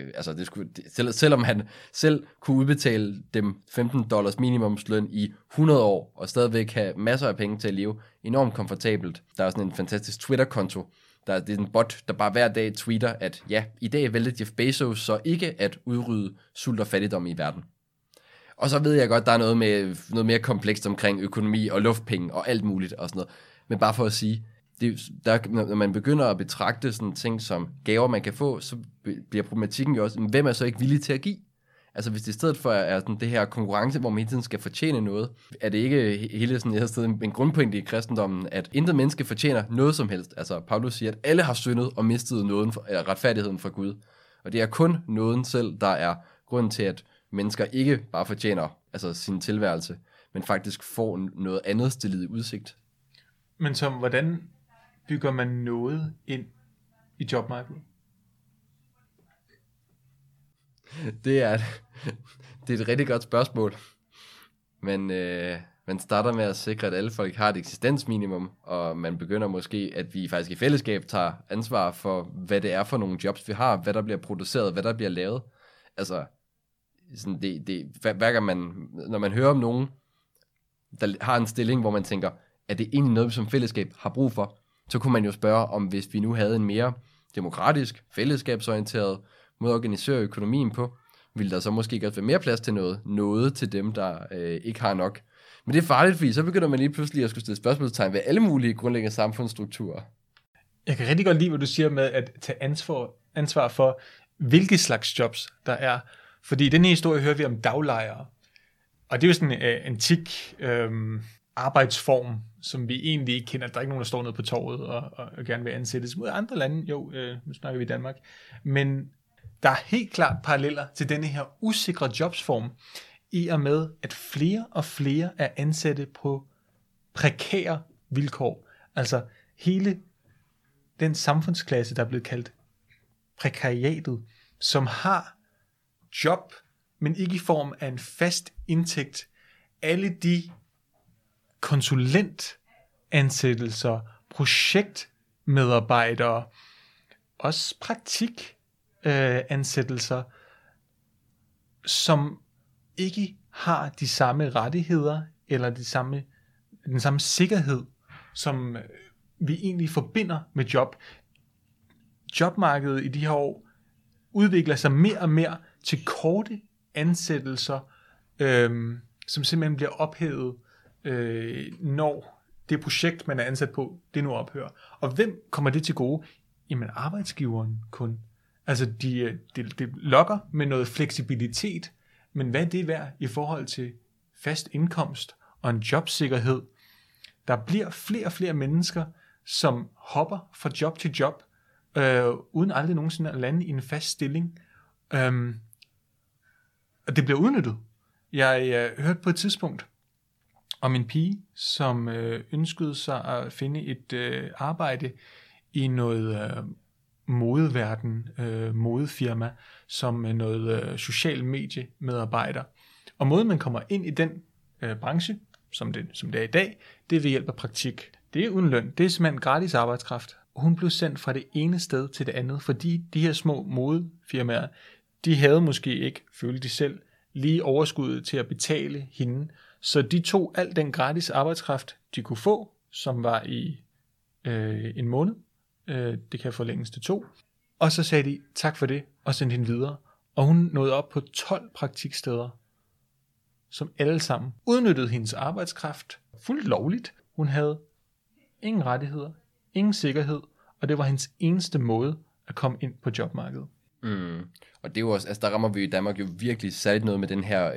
selvom han selv kunne udbetale dem $15 minimumsløn i 100 år, og stadigvæk have masser af penge til at leve enormt komfortabelt. Der er sådan en fantastisk Twitter-konto, det er en bot, der bare hver dag tweeter, at ja, i dag vælger Jeff Bezos så ikke at udrydde sult og fattigdom i verden. Og så ved jeg godt, der er noget mere komplekst omkring økonomi og luftpenge og alt muligt og sådan noget. Men bare for at sige, når man begynder at betragte sådan ting som gaver, man kan få, så bliver problematikken jo også, hvem er så ikke villig til at give? Altså hvis det i stedet for er sådan det her konkurrence, hvor man hele tiden skal fortjene noget, er det ikke hele sådan et sted en grundpointe i kristendommen, at intet menneske fortjener noget som helst. Altså Paulus siger, at alle har syndet og mistet retfærdigheden fra Gud. Og det er kun nåden selv, der er grunden til, at mennesker ikke bare fortjener sin tilværelse, men faktisk får noget andet stillet i udsigt. Men som, hvordan bygger man noget ind i jobmarkedet? Det er et rigtig godt spørgsmål. Men man starter med at sikre, at alle folk har et eksistensminimum, og man begynder måske, at vi faktisk i fællesskab tager ansvar for, hvad det er for nogle jobs, vi har, hvad der bliver produceret, hvad der bliver lavet. Altså, sådan hver gang når man hører om nogen, der har en stilling, hvor man tænker, at det egentlig noget, som fællesskab har brug for, så kunne man jo spørge om, hvis vi nu havde en mere demokratisk, fællesskabsorienteret måde at organisere økonomien på, ville der så måske godt være mere plads til noget til dem, der ikke har nok. Men det er farligt, fordi så begynder man lige pludselig at skulle stille spørgsmålstegn ved alle mulige grundlæggende samfundsstrukturer. Jeg kan rigtig godt lide, hvad du siger med at tage ansvar for, hvilke slags jobs der er. Fordi i denne historie hører vi om daglejere. Og det er jo sådan en antik arbejdsform, som vi egentlig ikke kender. Der er ikke nogen, der står nede på torvet og gerne vil ansættes. Mod andre lande, nu snakker vi i Danmark. Men der er helt klart paralleller til denne her usikre jobsform, i og med, at flere og flere er ansatte på prekære vilkår. Altså hele den samfundsklasse, der er blevet kaldt prekariatet, som har job, men ikke i form af en fast indtægt. Alle de konsulentansættelser, medarbejdere, også praktikansættelser, som ikke har de samme rettigheder, eller den samme sikkerhed, som vi egentlig forbinder med job. Jobmarkedet i de her år udvikler sig mere og mere til korte ansættelser, som simpelthen bliver ophævet, når det projekt, man er ansat på, det nu ophører. Og hvem kommer det til gode? Jamen arbejdsgiveren kun. Altså det lokker med noget fleksibilitet, men hvad er det værd i forhold til fast indkomst og en jobsikkerhed? Der bliver flere og flere mennesker, som hopper fra job til job, uden aldrig nogensinde at lande i en fast stilling. Og det bliver udnyttet. Jeg hørte på et tidspunkt om en pige, som ønskede sig at finde et arbejde i noget modeverden, modefirma, som noget social mediemedarbejder. Og måden man kommer ind i den branche, som det er i dag, det er ved hjælp af praktik. Det er uden løn. Det er simpelthen gratis arbejdskraft. Hun blev sendt fra det ene sted til det andet, fordi de her små modefirmaer, de havde måske ikke, følte de selv, lige overskuddet til at betale hende. Så de tog al den gratis arbejdskraft, de kunne få, som var i en måned. Det kan forlænges til 2. Og så sagde de tak for det, og sendte hende videre. Og hun nåede op på 12 praktiksteder, som alle sammen udnyttede hendes arbejdskraft fuldt lovligt. Hun havde ingen rettigheder, ingen sikkerhed, og det var hendes eneste måde at komme ind på jobmarkedet. Og det er jo også, altså der rammer vi i Danmark jo virkelig særligt noget med den her,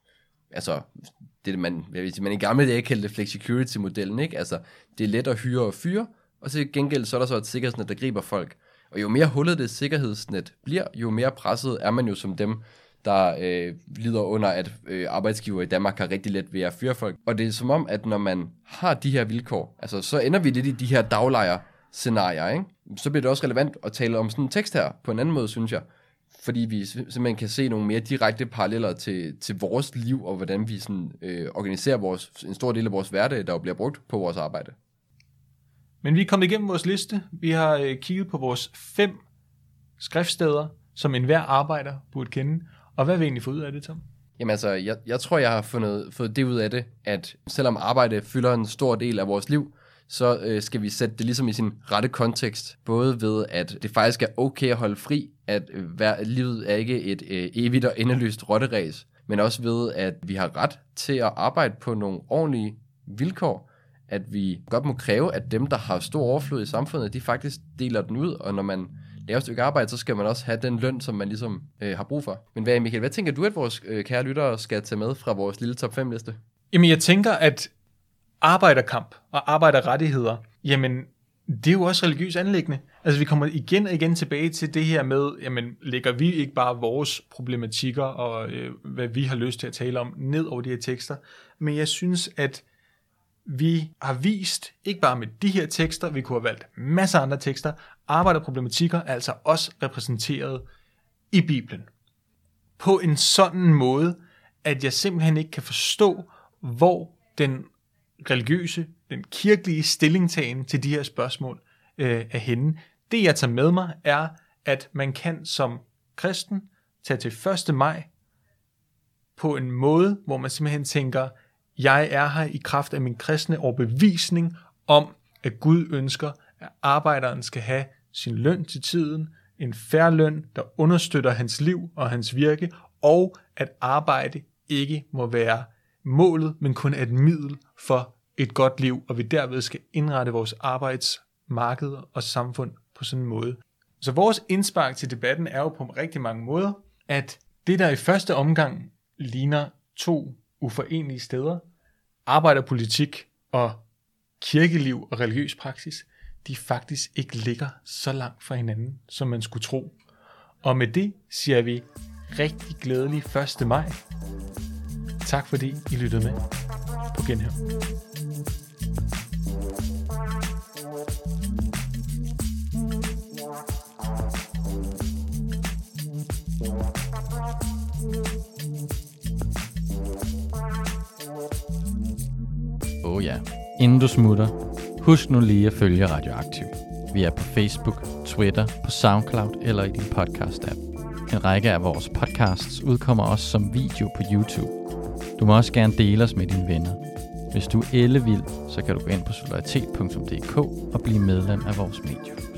det man i gamle dage kaldte flexicurity-modellen, ikke? Altså, det er let at hyre og fyre, og til gengæld så er der så et sikkerhedsnet, der griber folk. Og jo mere hullet det sikkerhedsnet bliver, jo mere presset er man jo som dem, der lider under, at arbejdsgiver i Danmark har rigtig let ved at fyre folk. Og det er som om, at når man har de her vilkår, altså så ender vi lidt i de her daglejer-scenarier, ikke? Så bliver det også relevant at tale om sådan en tekst her, på en anden måde, synes jeg. Fordi vi simpelthen kan se nogle mere direkte paralleller til vores liv, og hvordan vi sådan, organiserer en stor del af vores hverdag, der jo bliver brugt på vores arbejde. Men vi er kommet igennem vores liste. Vi har kigget på vores 5 skriftsteder, som enhver arbejder burde kende. Og hvad har vi egentlig fået ud af det, Tom? Jamen altså, jeg tror, jeg har fået det ud af det, at selvom arbejde fylder en stor del af vores liv, så skal vi sætte det ligesom i sin rette kontekst. Både ved, at det faktisk er okay at holde fri, at livet er ikke et evigt og endeløst rotteræs, men også ved, at vi har ret til at arbejde på nogle ordentlige vilkår, at vi godt må kræve, at dem, der har stor overflod i samfundet, de faktisk deler den ud, og når man laver et stykke arbejde, så skal man også have den løn, som man ligesom har brug for. Men Michael, hvad tænker du, at vores kære lyttere skal tage med fra vores lille top 5-liste? Jamen, jeg tænker, at arbejderkamp og arbejderrettigheder, jamen, det er jo også religiøs anliggende. Altså, vi kommer igen og igen tilbage til det her med, jamen, lægger vi ikke bare vores problematikker og hvad vi har lyst til at tale om ned over de her tekster, men jeg synes, at vi har vist, ikke bare med de her tekster, vi kunne have valgt masser af andre tekster, arbejderproblematikker er altså også repræsenteret i Bibelen. På en sådan måde, at jeg simpelthen ikke kan forstå, hvor den religiøse, den kirkelige stillingtagen til de her spørgsmål er henne. Det jeg tager med mig er, at man kan som kristen tage til 1. maj på en måde, hvor man simpelthen tænker, jeg er her i kraft af min kristne overbevisning om, at Gud ønsker, at arbejderen skal have sin løn til tiden, en fair løn, der understøtter hans liv og hans virke, og at arbejde ikke må være målet, men kun et middel for et godt liv, og vi derved skal indrette vores arbejdsmarked og samfund på sådan en måde. Så vores indspark til debatten er jo på rigtig mange måder, at det der i første omgang ligner 2 uforenelige steder, arbejderpolitik og kirkeliv og religiøs praksis, de faktisk ikke ligger så langt fra hinanden, som man skulle tro. Og med det siger vi rigtig glædelig 1. maj. Tak fordi I lyttede med. På genhør. Ja. Inden du smutter, husk nu lige at følge Radioaktiv. Vi er på Facebook, Twitter, på SoundCloud eller i din podcast-app. En række af vores podcasts udkommer også som video på YouTube. Du må også gerne dele os med dine venner. Hvis du er ellevild, så kan du gå ind på solidaritet.dk og blive medlem af vores medie.